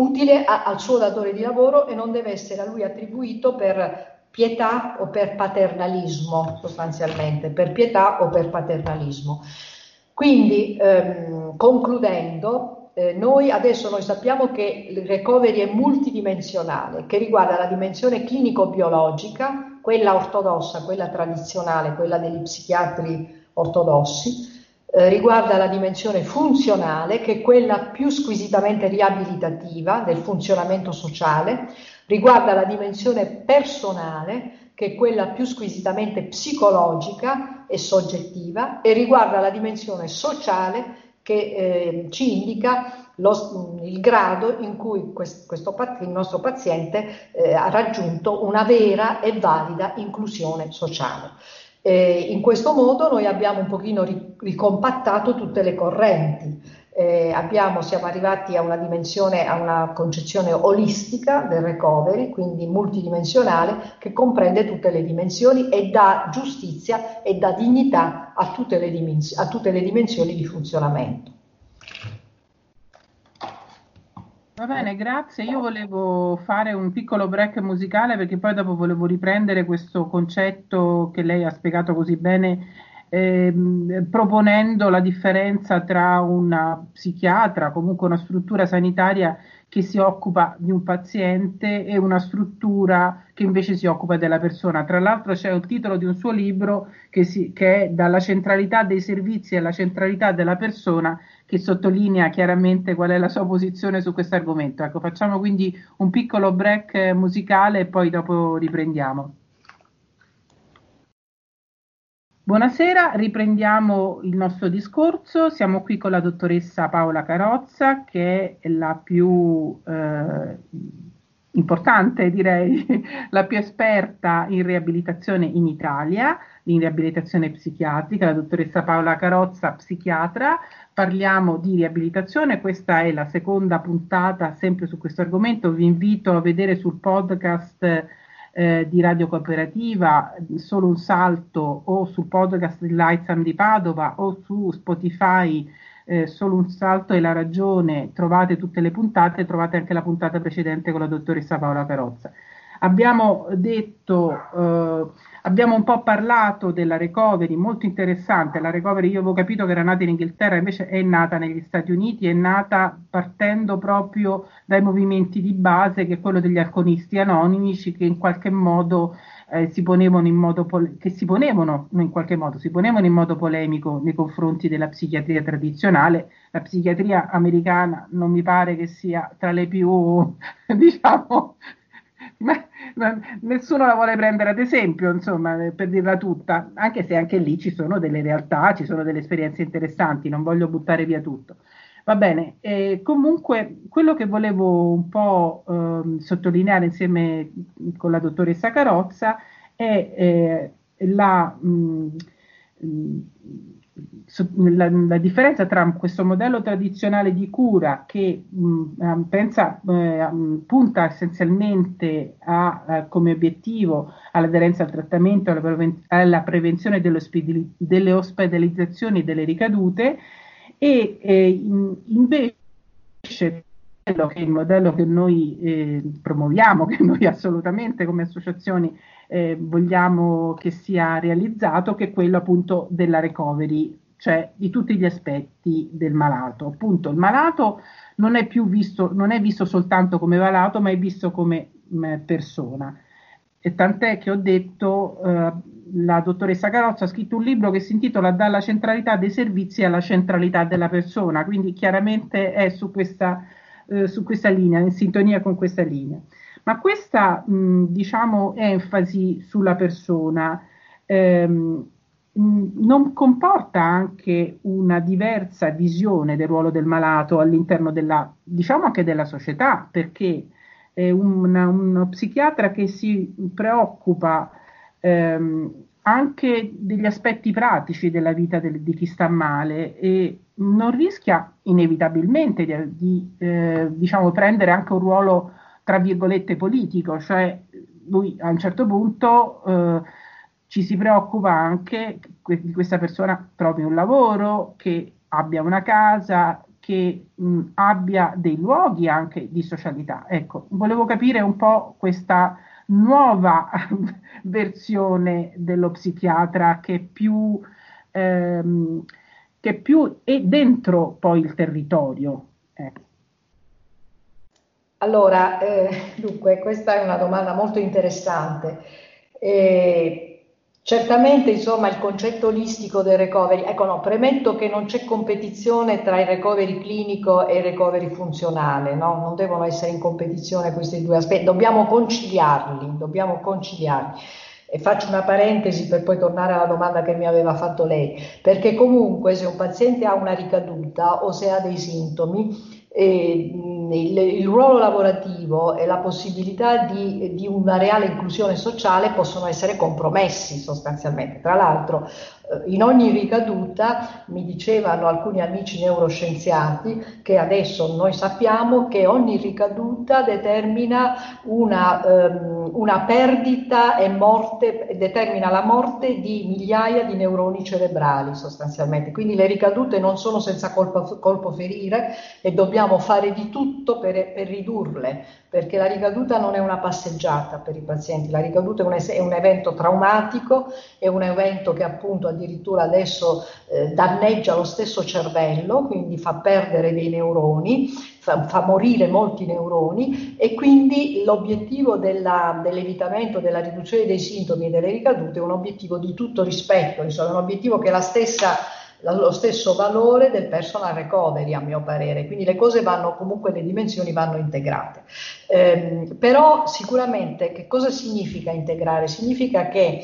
al suo datore di lavoro e non deve essere a lui attribuito per pietà o per paternalismo, sostanzialmente, per pietà o per paternalismo. Quindi, concludendo, noi sappiamo che il recovery è multidimensionale, che riguarda la dimensione clinico-biologica, quella ortodossa, quella tradizionale, quella degli psichiatri ortodossi, riguarda la dimensione funzionale, che è quella più squisitamente riabilitativa del funzionamento sociale, riguarda la dimensione personale, che è quella più squisitamente psicologica e soggettiva, e riguarda la dimensione sociale, che ci indica il grado in cui il nostro paziente ha raggiunto una vera e valida inclusione sociale. In questo modo noi abbiamo un pochino ricompattato tutte le correnti. Siamo arrivati a una concezione olistica del recovery, quindi multidimensionale, che comprende tutte le dimensioni e dà giustizia e dà dignità a tutte le dimensioni di funzionamento. Va bene, grazie. Io volevo fare un piccolo break musicale perché poi dopo volevo riprendere questo concetto che lei ha spiegato così bene, proponendo la differenza tra una psichiatra, comunque una struttura sanitaria che si occupa di un paziente, e una struttura che invece si occupa della persona. Tra l'altro c'è il titolo di un suo libro che è Dalla centralità dei servizi alla centralità della persona, che sottolinea chiaramente qual è la sua posizione su questo argomento. Ecco, facciamo quindi un piccolo break musicale e poi dopo riprendiamo. Buonasera, riprendiamo il nostro discorso. Siamo qui con la dottoressa Paola Carozza, che è la più importante, direi, la più esperta in riabilitazione in Italia, in riabilitazione psichiatrica, la dottoressa Paola Carozza, psichiatra. Parliamo di riabilitazione, questa è la seconda puntata sempre su questo argomento. Vi invito a vedere sul podcast di Radio Cooperativa Solo un salto, o sul podcast di Lightsam di Padova, o su Spotify Solo un salto e la ragione. Trovate tutte le puntate, trovate anche la puntata precedente con la dottoressa Paola Carozza. Abbiamo un po' parlato della recovery, molto interessante. La recovery, io avevo capito che era nata in Inghilterra, invece è nata negli Stati Uniti, è nata partendo proprio dai movimenti di base, che è quello degli alcolisti anonimici, che in qualche modo si ponevano in modo polemico nei confronti della psichiatria tradizionale. La psichiatria americana non mi pare che sia tra le più, diciamo, nessuno la vuole prendere ad esempio, insomma, per dirla tutta, anche se anche lì ci sono delle realtà, ci sono delle esperienze interessanti, non voglio buttare via tutto. Va bene, comunque quello che volevo un po' sottolineare insieme con la dottoressa Carozza è la differenza tra questo modello tradizionale di cura che punta essenzialmente come obiettivo all'aderenza al trattamento, alla prevenzione delle ospedalizzazioni e delle ricadute, e invece che il modello che noi promuoviamo, che noi assolutamente come associazioni vogliamo che sia realizzato, che è quello appunto della recovery, cioè di tutti gli aspetti del malato. Appunto, il malato non è più visto, non è visto soltanto come malato, ma è visto come persona. E tant'è che ho detto, la dottoressa Carrozza ha scritto un libro che si intitola Dalla centralità dei servizi alla centralità della persona, quindi chiaramente è su questa linea, in sintonia con questa linea. Ma questa, diciamo, enfasi sulla persona non comporta anche una diversa visione del ruolo del malato all'interno della, diciamo anche della società, perché è uno psichiatra che si preoccupa anche degli aspetti pratici della vita di chi sta male e non rischia inevitabilmente diciamo, prendere anche un ruolo, tra virgolette, politico, cioè lui a un certo punto ci si preoccupa anche che questa persona trovi un lavoro, che abbia una casa, che abbia dei luoghi anche di socialità. Ecco, volevo capire un po' questa nuova versione dello psichiatra che più è dentro poi il territorio. Ecco. Allora, dunque, questa è una domanda molto interessante. Certamente, insomma, il concetto olistico del recovery, ecco no, premetto che non c'è competizione tra il recovery clinico e il recovery funzionale, no? Non devono essere in competizione questi due aspetti, dobbiamo conciliarli, dobbiamo conciliarli. E faccio una parentesi per poi tornare alla domanda che mi aveva fatto lei, perché comunque se un paziente ha una ricaduta o se ha dei sintomi, il ruolo lavorativo e la possibilità di una reale inclusione sociale possono essere compromessi sostanzialmente. Tra l'altro, in ogni ricaduta, mi dicevano alcuni amici neuroscienziati, che adesso noi sappiamo che ogni ricaduta determina una perdita e morte, determina la morte di migliaia di neuroni cerebrali sostanzialmente. Quindi le ricadute non sono senza colpo ferire e dobbiamo fare di tutto per ridurle, perché la ricaduta non è una passeggiata per i pazienti, la ricaduta è un evento traumatico, è un evento che appunto addirittura adesso danneggia lo stesso cervello, quindi fa perdere dei neuroni, fa morire molti neuroni e quindi l'obiettivo dell'evitamento, della riduzione dei sintomi e delle ricadute è un obiettivo di tutto rispetto, insomma, è un obiettivo che ha lo stesso valore del personal recovery a mio parere, quindi le cose vanno comunque, le dimensioni vanno integrate. Però sicuramente che cosa significa integrare? Significa che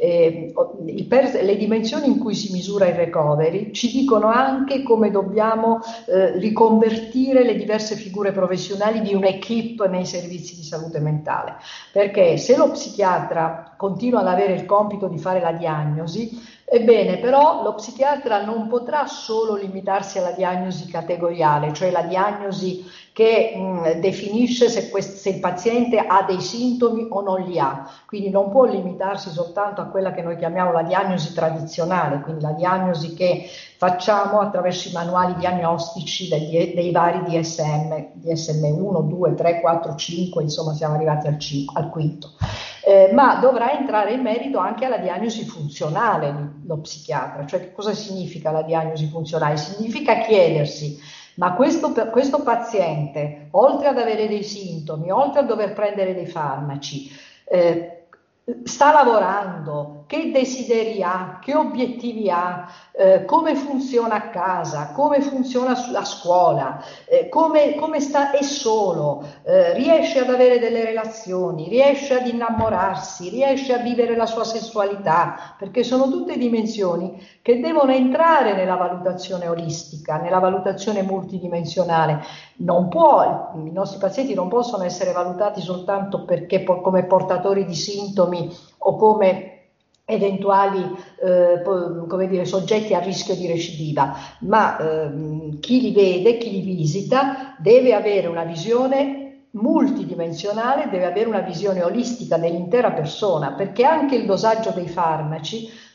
le dimensioni in cui si misura il recovery ci dicono anche come dobbiamo riconvertire le diverse figure professionali di un'equipe nei servizi di salute mentale, perché se lo psichiatra continua ad avere il compito di fare la diagnosi, ebbene, però lo psichiatra non potrà solo limitarsi alla diagnosi categoriale, cioè la diagnosi che definisce se il paziente ha dei sintomi o non li ha. Quindi non può limitarsi soltanto a quella che noi chiamiamo la diagnosi tradizionale, quindi la diagnosi che facciamo attraverso i manuali diagnostici dei vari DSM 1, 2, 3, 4, 5, insomma siamo arrivati al quinto. Ma dovrà entrare in merito anche alla diagnosi funzionale lo psichiatra. Cioè che cosa significa la diagnosi funzionale? Significa chiedersi: ma questo paziente, oltre ad avere dei sintomi, oltre a dover prendere dei farmaci, sta lavorando, che desideri ha, che obiettivi ha, come funziona a casa, come funziona a scuola, come sta, è solo, riesce ad avere delle relazioni, riesce ad innamorarsi, riesce a vivere la sua sessualità, perché sono tutte dimensioni che devono entrare nella valutazione olistica, nella valutazione multidimensionale. I nostri pazienti non possono essere valutati soltanto perché come portatori di sintomi o come eventuali come dire, soggetti a rischio di recidiva, ma chi li vede, chi li visita deve avere una visione multidimensionale, deve avere una visione olistica dell'intera persona, perché anche il dosaggio dei farmaci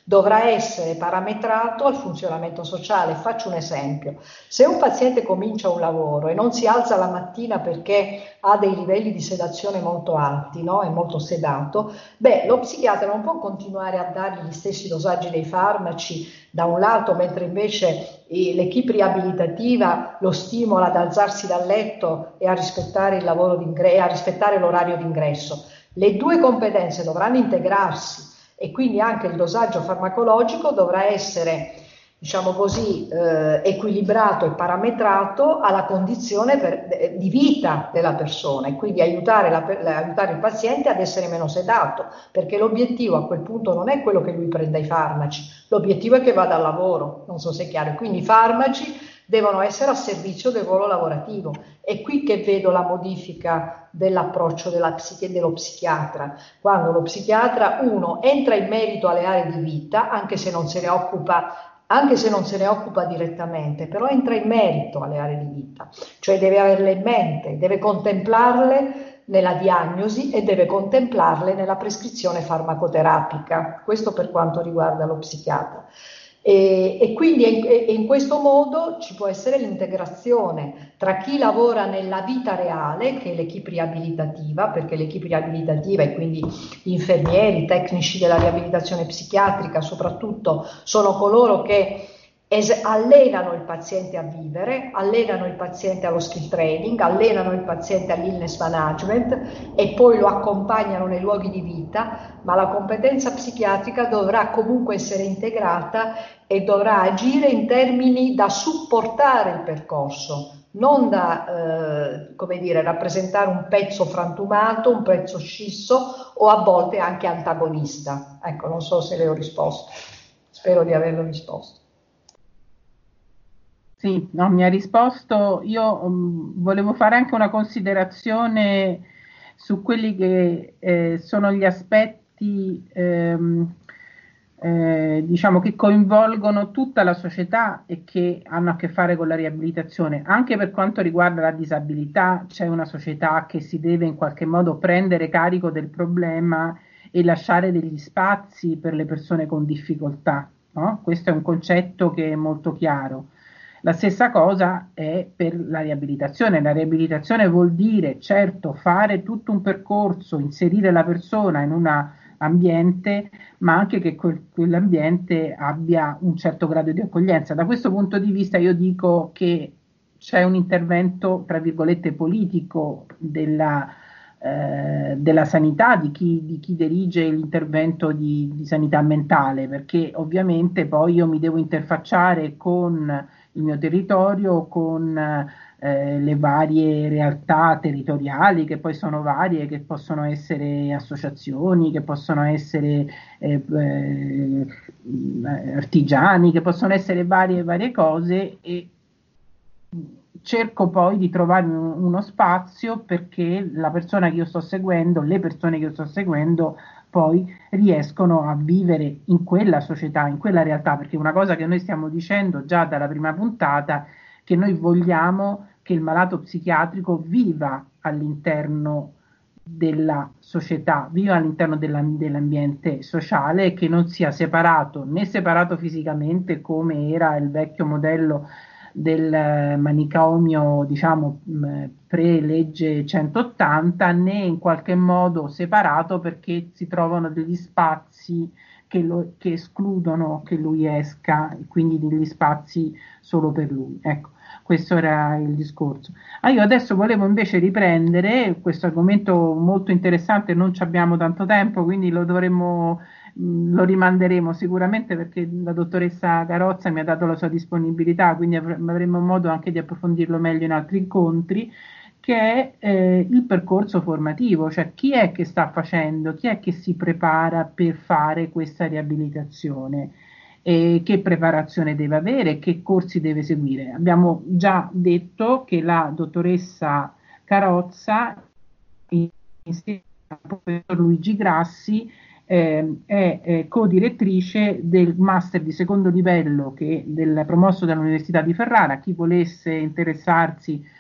dovrà essere parametrato al funzionamento sociale. Faccio un esempio: se un paziente comincia un lavoro e non si alza la mattina perché ha dei livelli di sedazione molto alti, no? È molto sedato, beh, lo psichiatra non può continuare a dargli gli stessi dosaggi dei farmaci da un lato, mentre invece l'equipe riabilitativa lo stimola ad alzarsi dal letto e a rispettare il lavoro a rispettare l'orario d'ingresso. Le due competenze dovranno integrarsi e quindi anche il dosaggio farmacologico dovrà essere, diciamo così, equilibrato e parametrato alla condizione di vita della persona, e quindi aiutare il paziente ad essere meno sedato, perché l'obiettivo a quel punto non è quello che lui prenda i farmaci, l'obiettivo è che vada al lavoro, non so se è chiaro, quindi i farmaci devono essere a servizio del ruolo lavorativo. È qui che vedo la modifica dell'approccio dello psichiatra, quando lo psichiatra, uno, entra in merito alle aree di vita, anche se non se ne occupa direttamente, però entra in merito alle aree di vita, cioè deve averle in mente, deve contemplarle nella diagnosi e deve contemplarle nella prescrizione farmacoterapica. Questo per quanto riguarda lo psichiatra. E quindi in questo modo ci può essere l'integrazione tra chi lavora nella vita reale, che è l'equipe riabilitativa, perché l'equipe riabilitativa e quindi gli infermieri, i tecnici della riabilitazione psichiatrica soprattutto, sono coloro che allenano il paziente a vivere, allenano il paziente allo skill training, allenano il paziente all'illness management e poi lo accompagnano nei luoghi di vita, ma la competenza psichiatrica dovrà comunque essere integrata e dovrà agire in termini da supportare il percorso, non da come dire, rappresentare un pezzo frantumato, un pezzo scisso o a volte anche antagonista. Ecco, non so se le ho risposto, spero di averlo risposto. Sì, no, mi ha risposto. Io volevo fare anche una considerazione su quelli che sono gli aspetti, diciamo, che coinvolgono tutta la società e che hanno a che fare con la riabilitazione. Anche per quanto riguarda la disabilità, c'è una società che si deve in qualche modo prendere carico del problema e lasciare degli spazi per le persone con difficoltà, no? Questo è un concetto che è molto chiaro. La stessa cosa è per la riabilitazione. La riabilitazione vuol dire, certo, fare tutto un percorso, inserire la persona in un ambiente, ma anche che quell'ambiente abbia un certo grado di accoglienza. Da questo punto di vista io dico che c'è un intervento, tra virgolette, politico della sanità, di chi dirige l'intervento di sanità mentale, perché ovviamente poi io mi devo interfacciare con il mio territorio, con le varie realtà territoriali, che poi sono varie, che possono essere associazioni, che possono essere artigiani, che possono essere varie cose, e cerco poi di trovare uno spazio perché la persona che io sto seguendo, le persone che io sto seguendo, poi riescono a vivere in quella società, in quella realtà, perché una cosa che noi stiamo dicendo già dalla prima puntata, che noi vogliamo che il malato psichiatrico viva all'interno della società, viva all'interno dell'ambiente sociale, che non sia separato, né separato fisicamente come era il vecchio modello del manicomio, diciamo, pre-legge 180, né in qualche modo separato perché si trovano degli spazi che escludono che lui esca, e quindi degli spazi solo per lui. Ecco, questo era il discorso. Io adesso volevo invece riprendere questo argomento molto interessante, non ci abbiamo tanto tempo, quindi lo rimanderemo sicuramente, perché la dottoressa Carrozza mi ha dato la sua disponibilità, quindi avremo modo anche di approfondirlo meglio in altri incontri, che è il percorso formativo, cioè chi è che sta facendo, chi è che si prepara per fare questa riabilitazione, che preparazione deve avere, che corsi deve seguire. Abbiamo già detto che la dottoressa Carrozza, insieme al professor Luigi Grassi, è co-direttrice del master di secondo livello promosso dall'Università di Ferrara. Chi volesse interessarsi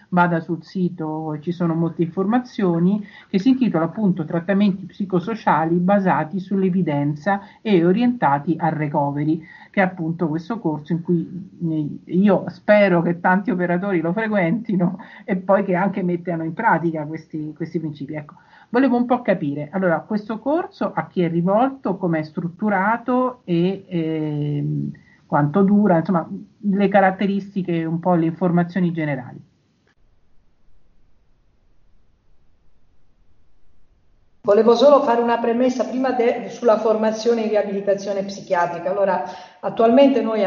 vada sul sito, ci sono molte informazioni, che si intitola appunto Trattamenti psicosociali basati sull'evidenza e orientati al recovery, che è appunto questo corso in cui io spero che tanti operatori lo frequentino e poi che anche mettano in pratica questi principi. Ecco, volevo un po' capire, allora, questo corso a chi è rivolto, come è strutturato e quanto dura, insomma, le caratteristiche, un po' le informazioni generali. Volevo solo fare una premessa prima sulla formazione in riabilitazione psichiatrica. Allora, attualmente noi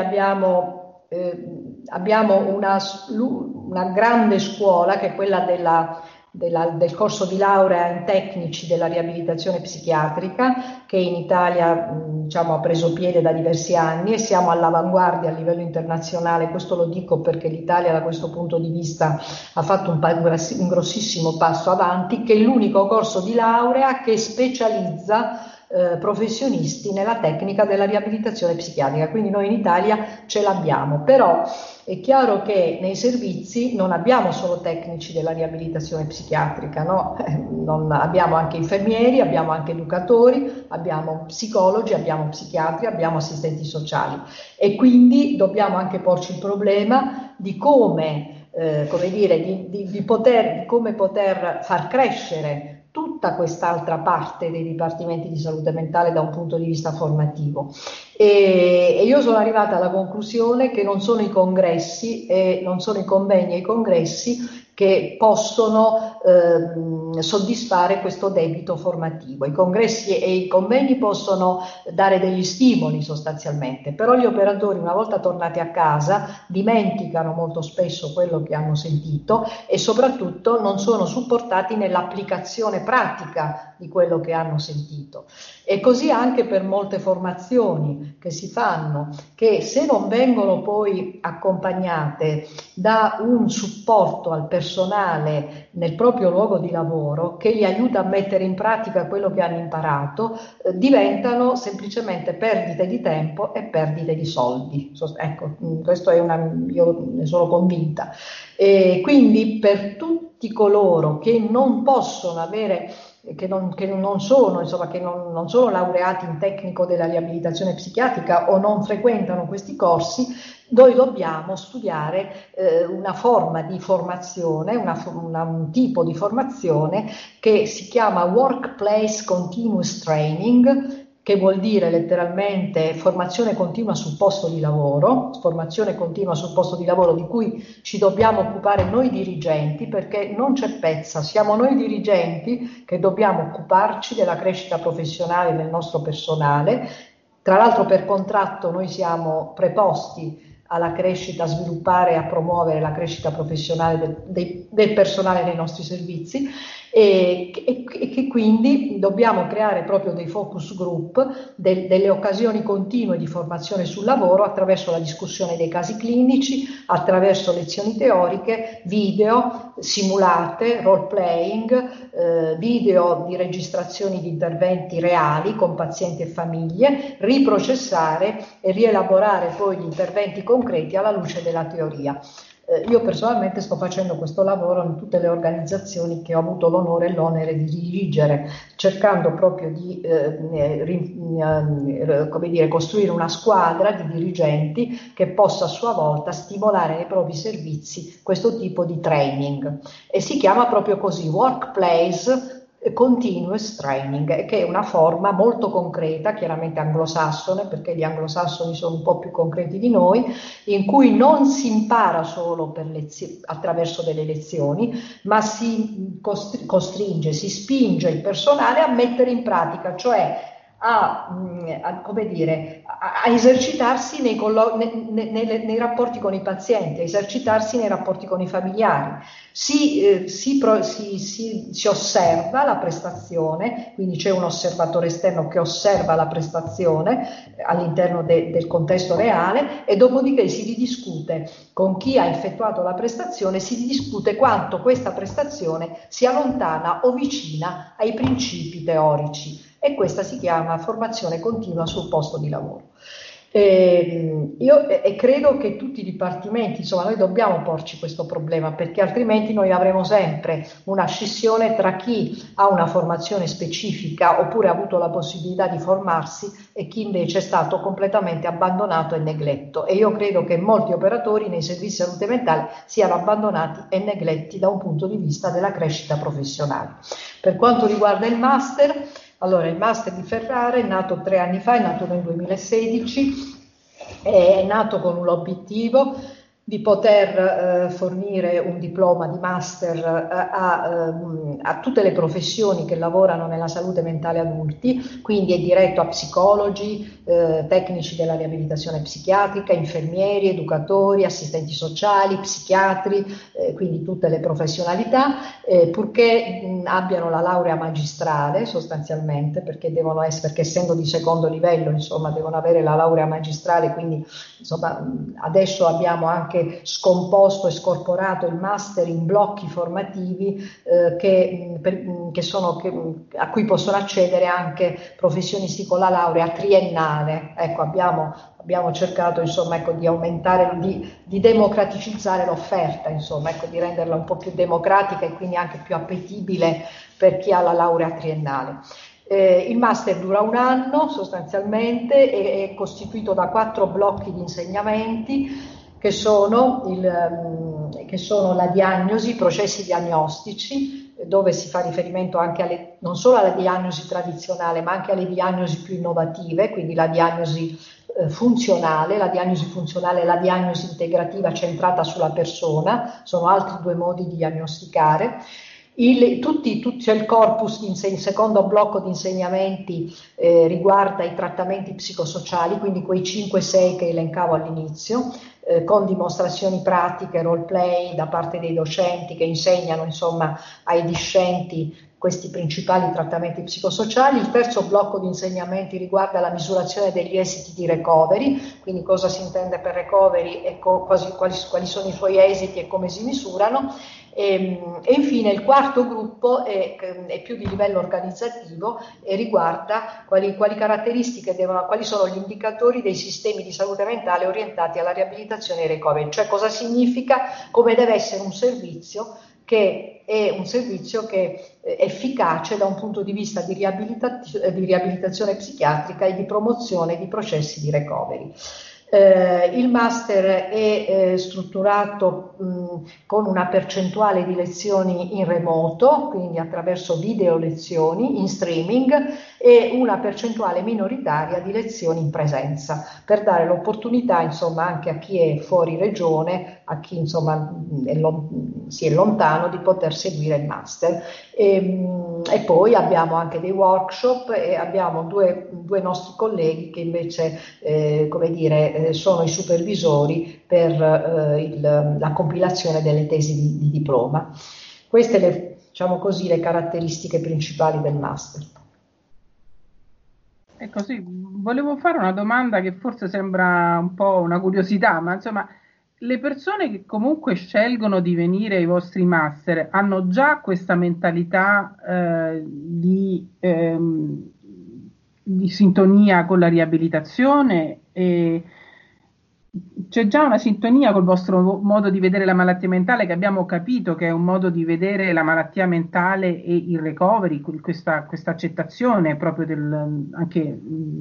abbiamo una grande scuola che è quella del corso di laurea in tecnici della riabilitazione psichiatrica, che in Italia diciamo, ha preso piede da diversi anni e siamo all'avanguardia a livello internazionale. Questo lo dico perché l'Italia da questo punto di vista ha fatto un grossissimo passo avanti, che è l'unico corso di laurea che specializza professionisti nella tecnica della riabilitazione psichiatrica. Quindi noi in Italia ce l'abbiamo, però è chiaro che nei servizi non abbiamo solo tecnici della riabilitazione psichiatrica, no? Abbiamo anche infermieri, abbiamo anche educatori, abbiamo psicologi, abbiamo psichiatri, abbiamo assistenti sociali, e quindi dobbiamo anche porci il problema di come come poter far crescere tutta quest'altra parte dei dipartimenti di salute mentale da un punto di vista formativo. E io sono arrivata alla conclusione che non sono i congressi e non sono i convegni e i congressi che possono soddisfare questo debito formativo. I congressi e i convegni possono dare degli stimoli sostanzialmente, però gli operatori, una volta tornati a casa, dimenticano molto spesso quello che hanno sentito e soprattutto non sono supportati nell'applicazione pratica di quello che hanno sentito. E così anche per molte formazioni che si fanno, che se non vengono poi accompagnate da un supporto al personale nel proprio luogo di lavoro che li aiuta a mettere in pratica quello che hanno imparato, diventano semplicemente perdite di tempo e perdite di soldi. Ecco, questo io ne sono convinta. E quindi per tutti coloro che non possono avere che non sono, insomma, che non sono laureati in tecnico della riabilitazione psichiatrica o non frequentano questi corsi, noi dobbiamo studiare una forma di formazione, un tipo di formazione che si chiama Workplace Continuous Training, che vuol dire letteralmente formazione continua sul posto di lavoro, di cui ci dobbiamo occupare noi dirigenti, perché non c'è pezza, siamo noi dirigenti che dobbiamo occuparci della crescita professionale del nostro personale. Tra l'altro per contratto noi siamo preposti alla crescita, a sviluppare e a promuovere la crescita professionale del personale nei nostri servizi e che quindi dobbiamo creare proprio dei focus group, delle occasioni continue di formazione sul lavoro attraverso la discussione dei casi clinici, attraverso lezioni teoriche, video simulate, role playing, video di registrazioni di interventi reali con pazienti e famiglie, riprocessare e rielaborare poi gli interventi concreti alla luce della teoria. Io personalmente sto facendo questo lavoro in tutte le organizzazioni che ho avuto l'onore e l'onere di dirigere, cercando proprio di costruire una squadra di dirigenti che possa a sua volta stimolare nei propri servizi questo tipo di training. E si chiama proprio così, Workplace Continuous Training, che è una forma molto concreta, chiaramente anglosassone, perché gli anglosassoni sono un po' più concreti di noi, in cui non si impara solo attraverso delle lezioni, ma si costringe, si spinge il personale a mettere in pratica, cioè a esercitarsi nei rapporti con i pazienti, a esercitarsi nei rapporti con i familiari. Si osserva la prestazione, quindi c'è un osservatore esterno che osserva la prestazione all'interno del contesto reale e dopodiché si ridiscute con chi ha effettuato la prestazione, si discute quanto questa prestazione sia lontana o vicina ai principi teorici. E questa si chiama formazione continua sul posto di lavoro. Io credo che tutti i dipartimenti, insomma, noi dobbiamo porci questo problema, perché altrimenti noi avremo sempre una scissione tra chi ha una formazione specifica oppure ha avuto la possibilità di formarsi e chi invece è stato completamente abbandonato e negletto. E io credo che molti operatori nei servizi di salute mentale siano abbandonati e negletti da un punto di vista della crescita professionale. Per quanto riguarda il master, allora, il master di Ferrara è nato 3 anni fa, è nato nel 2016, è nato con l'obiettivo di poter fornire un diploma di master a tutte le professioni che lavorano nella salute mentale adulti, quindi è diretto a psicologi, tecnici della riabilitazione psichiatrica, infermieri, educatori, assistenti sociali, psichiatri, quindi tutte le professionalità, purché abbiano la laurea magistrale sostanzialmente, perché devono essere, perché essendo di secondo livello, insomma, devono avere la laurea magistrale, quindi insomma, adesso abbiamo anche scomposto e scorporato il master in blocchi formativi a cui possono accedere anche professionisti con la laurea triennale. Ecco, abbiamo cercato insomma, ecco, di aumentare, di democratizzare l'offerta, insomma, ecco, di renderla un po' più democratica e quindi anche più appetibile per chi ha la laurea triennale. Il master dura 1 anno sostanzialmente, è costituito da 4 blocchi di insegnamenti che sono la diagnosi, i processi diagnostici, dove si fa riferimento anche non solo alla diagnosi tradizionale, ma anche alle diagnosi più innovative, quindi la diagnosi funzionale, la diagnosi integrativa centrata sulla persona, sono altri 2 modi di diagnosticare. C'è il corpus, il secondo blocco di insegnamenti riguarda i trattamenti psicosociali, quindi quei 5-6 che elencavo all'inizio, con dimostrazioni pratiche, role play da parte dei docenti che insegnano insomma ai discenti questi principali trattamenti psicosociali. Il terzo blocco di insegnamenti riguarda la misurazione degli esiti di recovery, quindi cosa si intende per recovery e quali sono i suoi esiti e come si misurano. E infine il quarto gruppo è più di livello organizzativo e riguarda quali caratteristiche quali sono gli indicatori dei sistemi di salute mentale orientati alla riabilitazione e recovery, cioè cosa significa, come deve essere un servizio che è efficace da un punto di vista di riabilitazione psichiatrica e di promozione di processi di recovery. Il master è strutturato con una percentuale di lezioni in remoto, quindi attraverso video lezioni in streaming, e una percentuale minoritaria di lezioni in presenza, per dare l'opportunità insomma anche a chi è fuori regione, a chi insomma si è lontano, di poter seguire il master. E poi abbiamo anche dei workshop e abbiamo due nostri colleghi che invece sono i supervisori per la compilazione delle tesi di diploma. Queste diciamo così, le caratteristiche principali del master. Ecco, sì, volevo fare una domanda che forse sembra un po' una curiosità, ma insomma, le persone che comunque scelgono di venire ai vostri master hanno già questa mentalità di sintonia con la riabilitazione e c'è già una sintonia col vostro modo di vedere la malattia mentale, che abbiamo capito che è un modo di vedere la malattia mentale e il recovery, questa accettazione proprio anche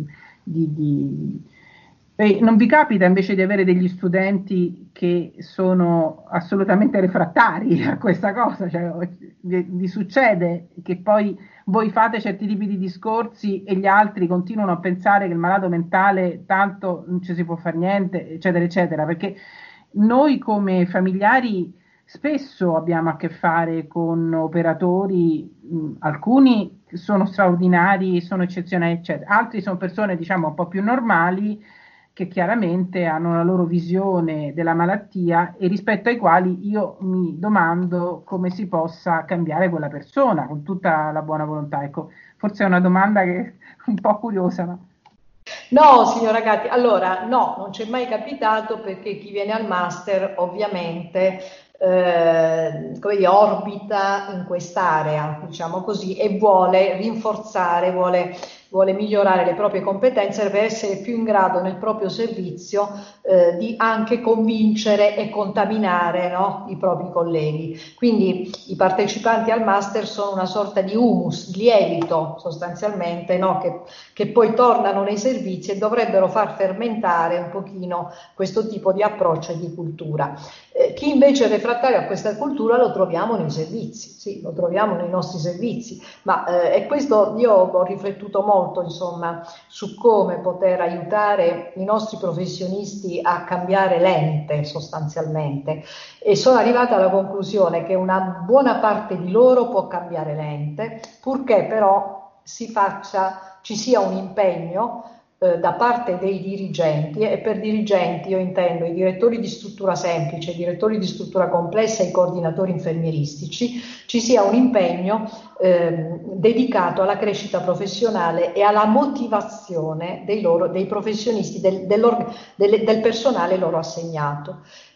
non vi capita invece di avere degli studenti che sono assolutamente refrattari a questa cosa? Cioè, vi succede che poi voi fate certi tipi di discorsi e gli altri continuano a pensare che il malato mentale tanto non ci si può fare niente, eccetera, eccetera, perché noi come familiari spesso abbiamo a che fare con operatori, alcuni sono straordinari, sono eccezionali, eccetera, altri sono persone diciamo un po' più normali che chiaramente hanno la loro visione della malattia e rispetto ai quali io mi domando come si possa cambiare quella persona con tutta la buona volontà. Ecco, forse è una domanda che è un po' curiosa, ma... No, signora Gatti, allora no, non c'è mai capitato perché chi viene al master ovviamente come dire, orbita in quest'area, diciamo così, e vuole rinforzare, vuole vuole migliorare le proprie competenze per essere più in grado nel proprio servizio di anche convincere e contaminare, no, i propri colleghi. Quindi i partecipanti al master sono una sorta di humus, lievito sostanzialmente, no, che poi tornano nei servizi e dovrebbero far fermentare un pochino questo tipo di approccio e di cultura. Chi invece è refrattario a questa cultura lo troviamo nei servizi, sì, lo troviamo nei nostri servizi, ma e questo io ho riflettuto molto, insomma, su come poter aiutare i nostri professionisti a cambiare lente sostanzialmente, e sono arrivata alla conclusione che una buona parte di loro può cambiare lente, purché però ci sia un impegno da parte dei dirigenti, e per dirigenti io intendo i direttori di struttura semplice, i direttori di struttura complessa e i coordinatori infermieristici, ci sia un impegno dedicato alla crescita professionale e alla motivazione dei professionisti, del personale loro assegnato.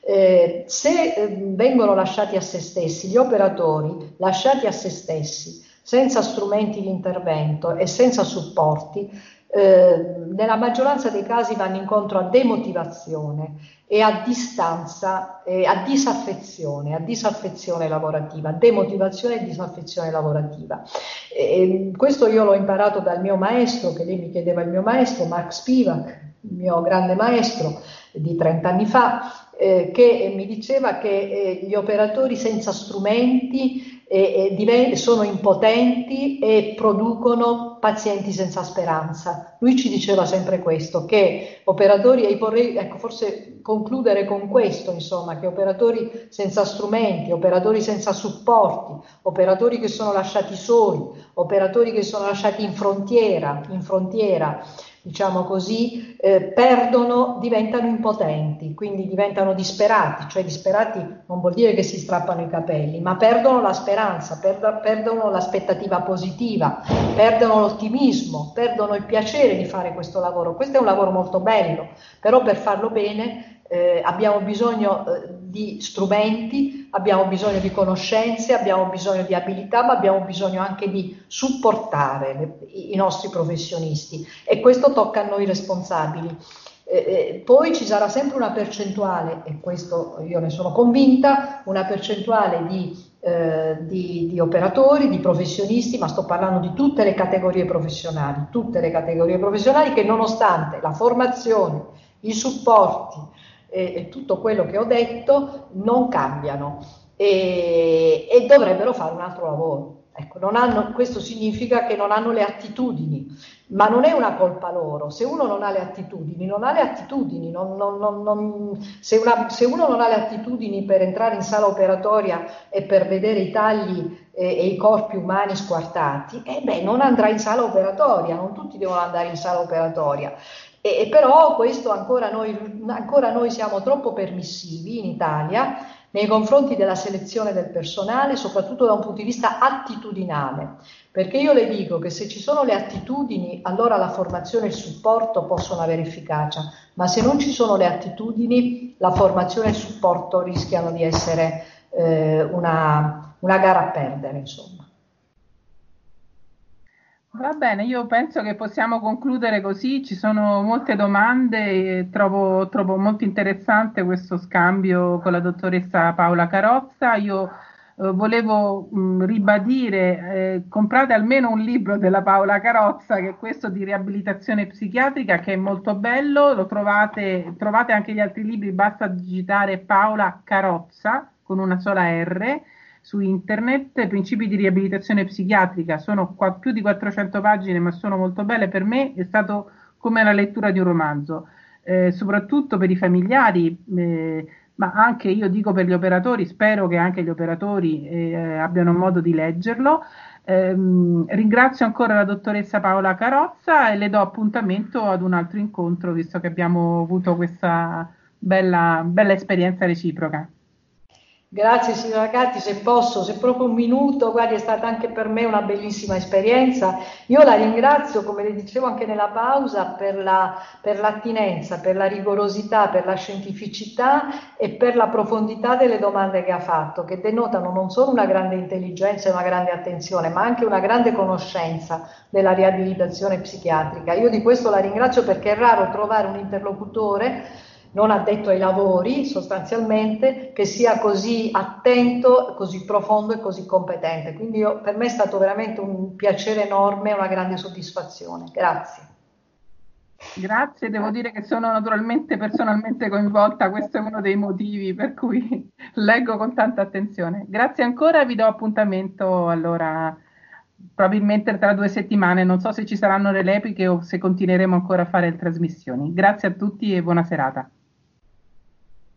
Se vengono lasciati a se stessi, gli operatori lasciati a se stessi, senza strumenti di intervento e senza supporti, nella maggioranza dei casi vanno incontro a demotivazione e a distanza, a disaffezione lavorativa, demotivazione e disaffezione lavorativa. Questo io l'ho imparato dal mio maestro, che lei mi chiedeva, il mio maestro Mark Spivak, il mio grande maestro di 30 anni fa, che mi diceva che gli operatori senza strumenti sono impotenti e producono pazienti senza speranza. Lui ci diceva sempre questo, che operatori, e vorrei forse concludere con questo, insomma, che operatori senza strumenti, operatori senza supporti, operatori che sono lasciati soli, operatori che sono lasciati in frontiera, diciamo così, diventano impotenti, quindi diventano disperati, cioè disperati non vuol dire che si strappano i capelli, ma perdono la speranza, perdono l'aspettativa positiva, perdono l'ottimismo, perdono il piacere di fare questo lavoro. Questo è un lavoro molto bello, però per farlo bene abbiamo bisogno di strumenti, abbiamo bisogno di conoscenze, abbiamo bisogno di abilità, ma abbiamo bisogno anche di supportare i nostri professionisti, e questo tocca a noi responsabili. Poi ci sarà sempre una percentuale, e questo io ne sono convinta, una percentuale di operatori, di professionisti, ma sto parlando di tutte le categorie professionali che nonostante la formazione, i supporti e tutto quello che ho detto non cambiano e dovrebbero fare un altro lavoro. Ecco, questo significa che non hanno le attitudini, ma non è una colpa loro. Se uno non ha le attitudini, non ha le attitudini. Se uno non ha le attitudini per entrare in sala operatoria e per vedere i tagli e i corpi umani squartati, non andrà in sala operatoria. Non tutti devono andare in sala operatoria. Però questo ancora noi siamo troppo permissivi in Italia nei confronti della selezione del personale, soprattutto da un punto di vista attitudinale, perché io le dico che se ci sono le attitudini, allora la formazione e il supporto possono avere efficacia, ma se non ci sono le attitudini, la formazione e il supporto rischiano di essere una gara a perdere, insomma. Va bene, io penso che possiamo concludere così, ci sono molte domande e trovo molto interessante questo scambio con la dottoressa Paola Carrozza. Io volevo ribadire, comprate almeno un libro della Paola Carrozza, che è questo di riabilitazione psichiatrica, che è molto bello, trovate anche gli altri libri, basta digitare Paola Carrozza con una sola R su internet. Principi di riabilitazione psichiatrica, sono più di 400 pagine, ma sono molto belle. Per me è stato come la lettura di un romanzo, soprattutto per i familiari, ma anche, io dico, per gli operatori. Spero che anche gli operatori abbiano modo di leggerlo. Ringrazio ancora la dottoressa Paola Carrozza e le do appuntamento ad un altro incontro, visto che abbiamo avuto questa bella esperienza reciproca. Grazie signora Gatti, se posso, se proprio un minuto, guardi, è stata anche per me una bellissima esperienza. Io la ringrazio, come le dicevo anche nella pausa, per l'attinenza, per la rigorosità, per la scientificità e per la profondità delle domande che ha fatto, che denotano non solo una grande intelligenza e una grande attenzione, ma anche una grande conoscenza della riabilitazione psichiatrica. Io di questo la ringrazio perché è raro trovare un interlocutore non addetto ai lavori sostanzialmente, che sia così attento, così profondo e così competente. Quindi per me è stato veramente un piacere enorme e una grande soddisfazione. Grazie. Grazie, devo dire che sono naturalmente personalmente coinvolta, questo è uno dei motivi per cui leggo con tanta attenzione. Grazie ancora, vi do appuntamento allora probabilmente tra 2 settimane, non so se ci saranno le repliche o se continueremo ancora a fare le trasmissioni. Grazie a tutti e buona serata.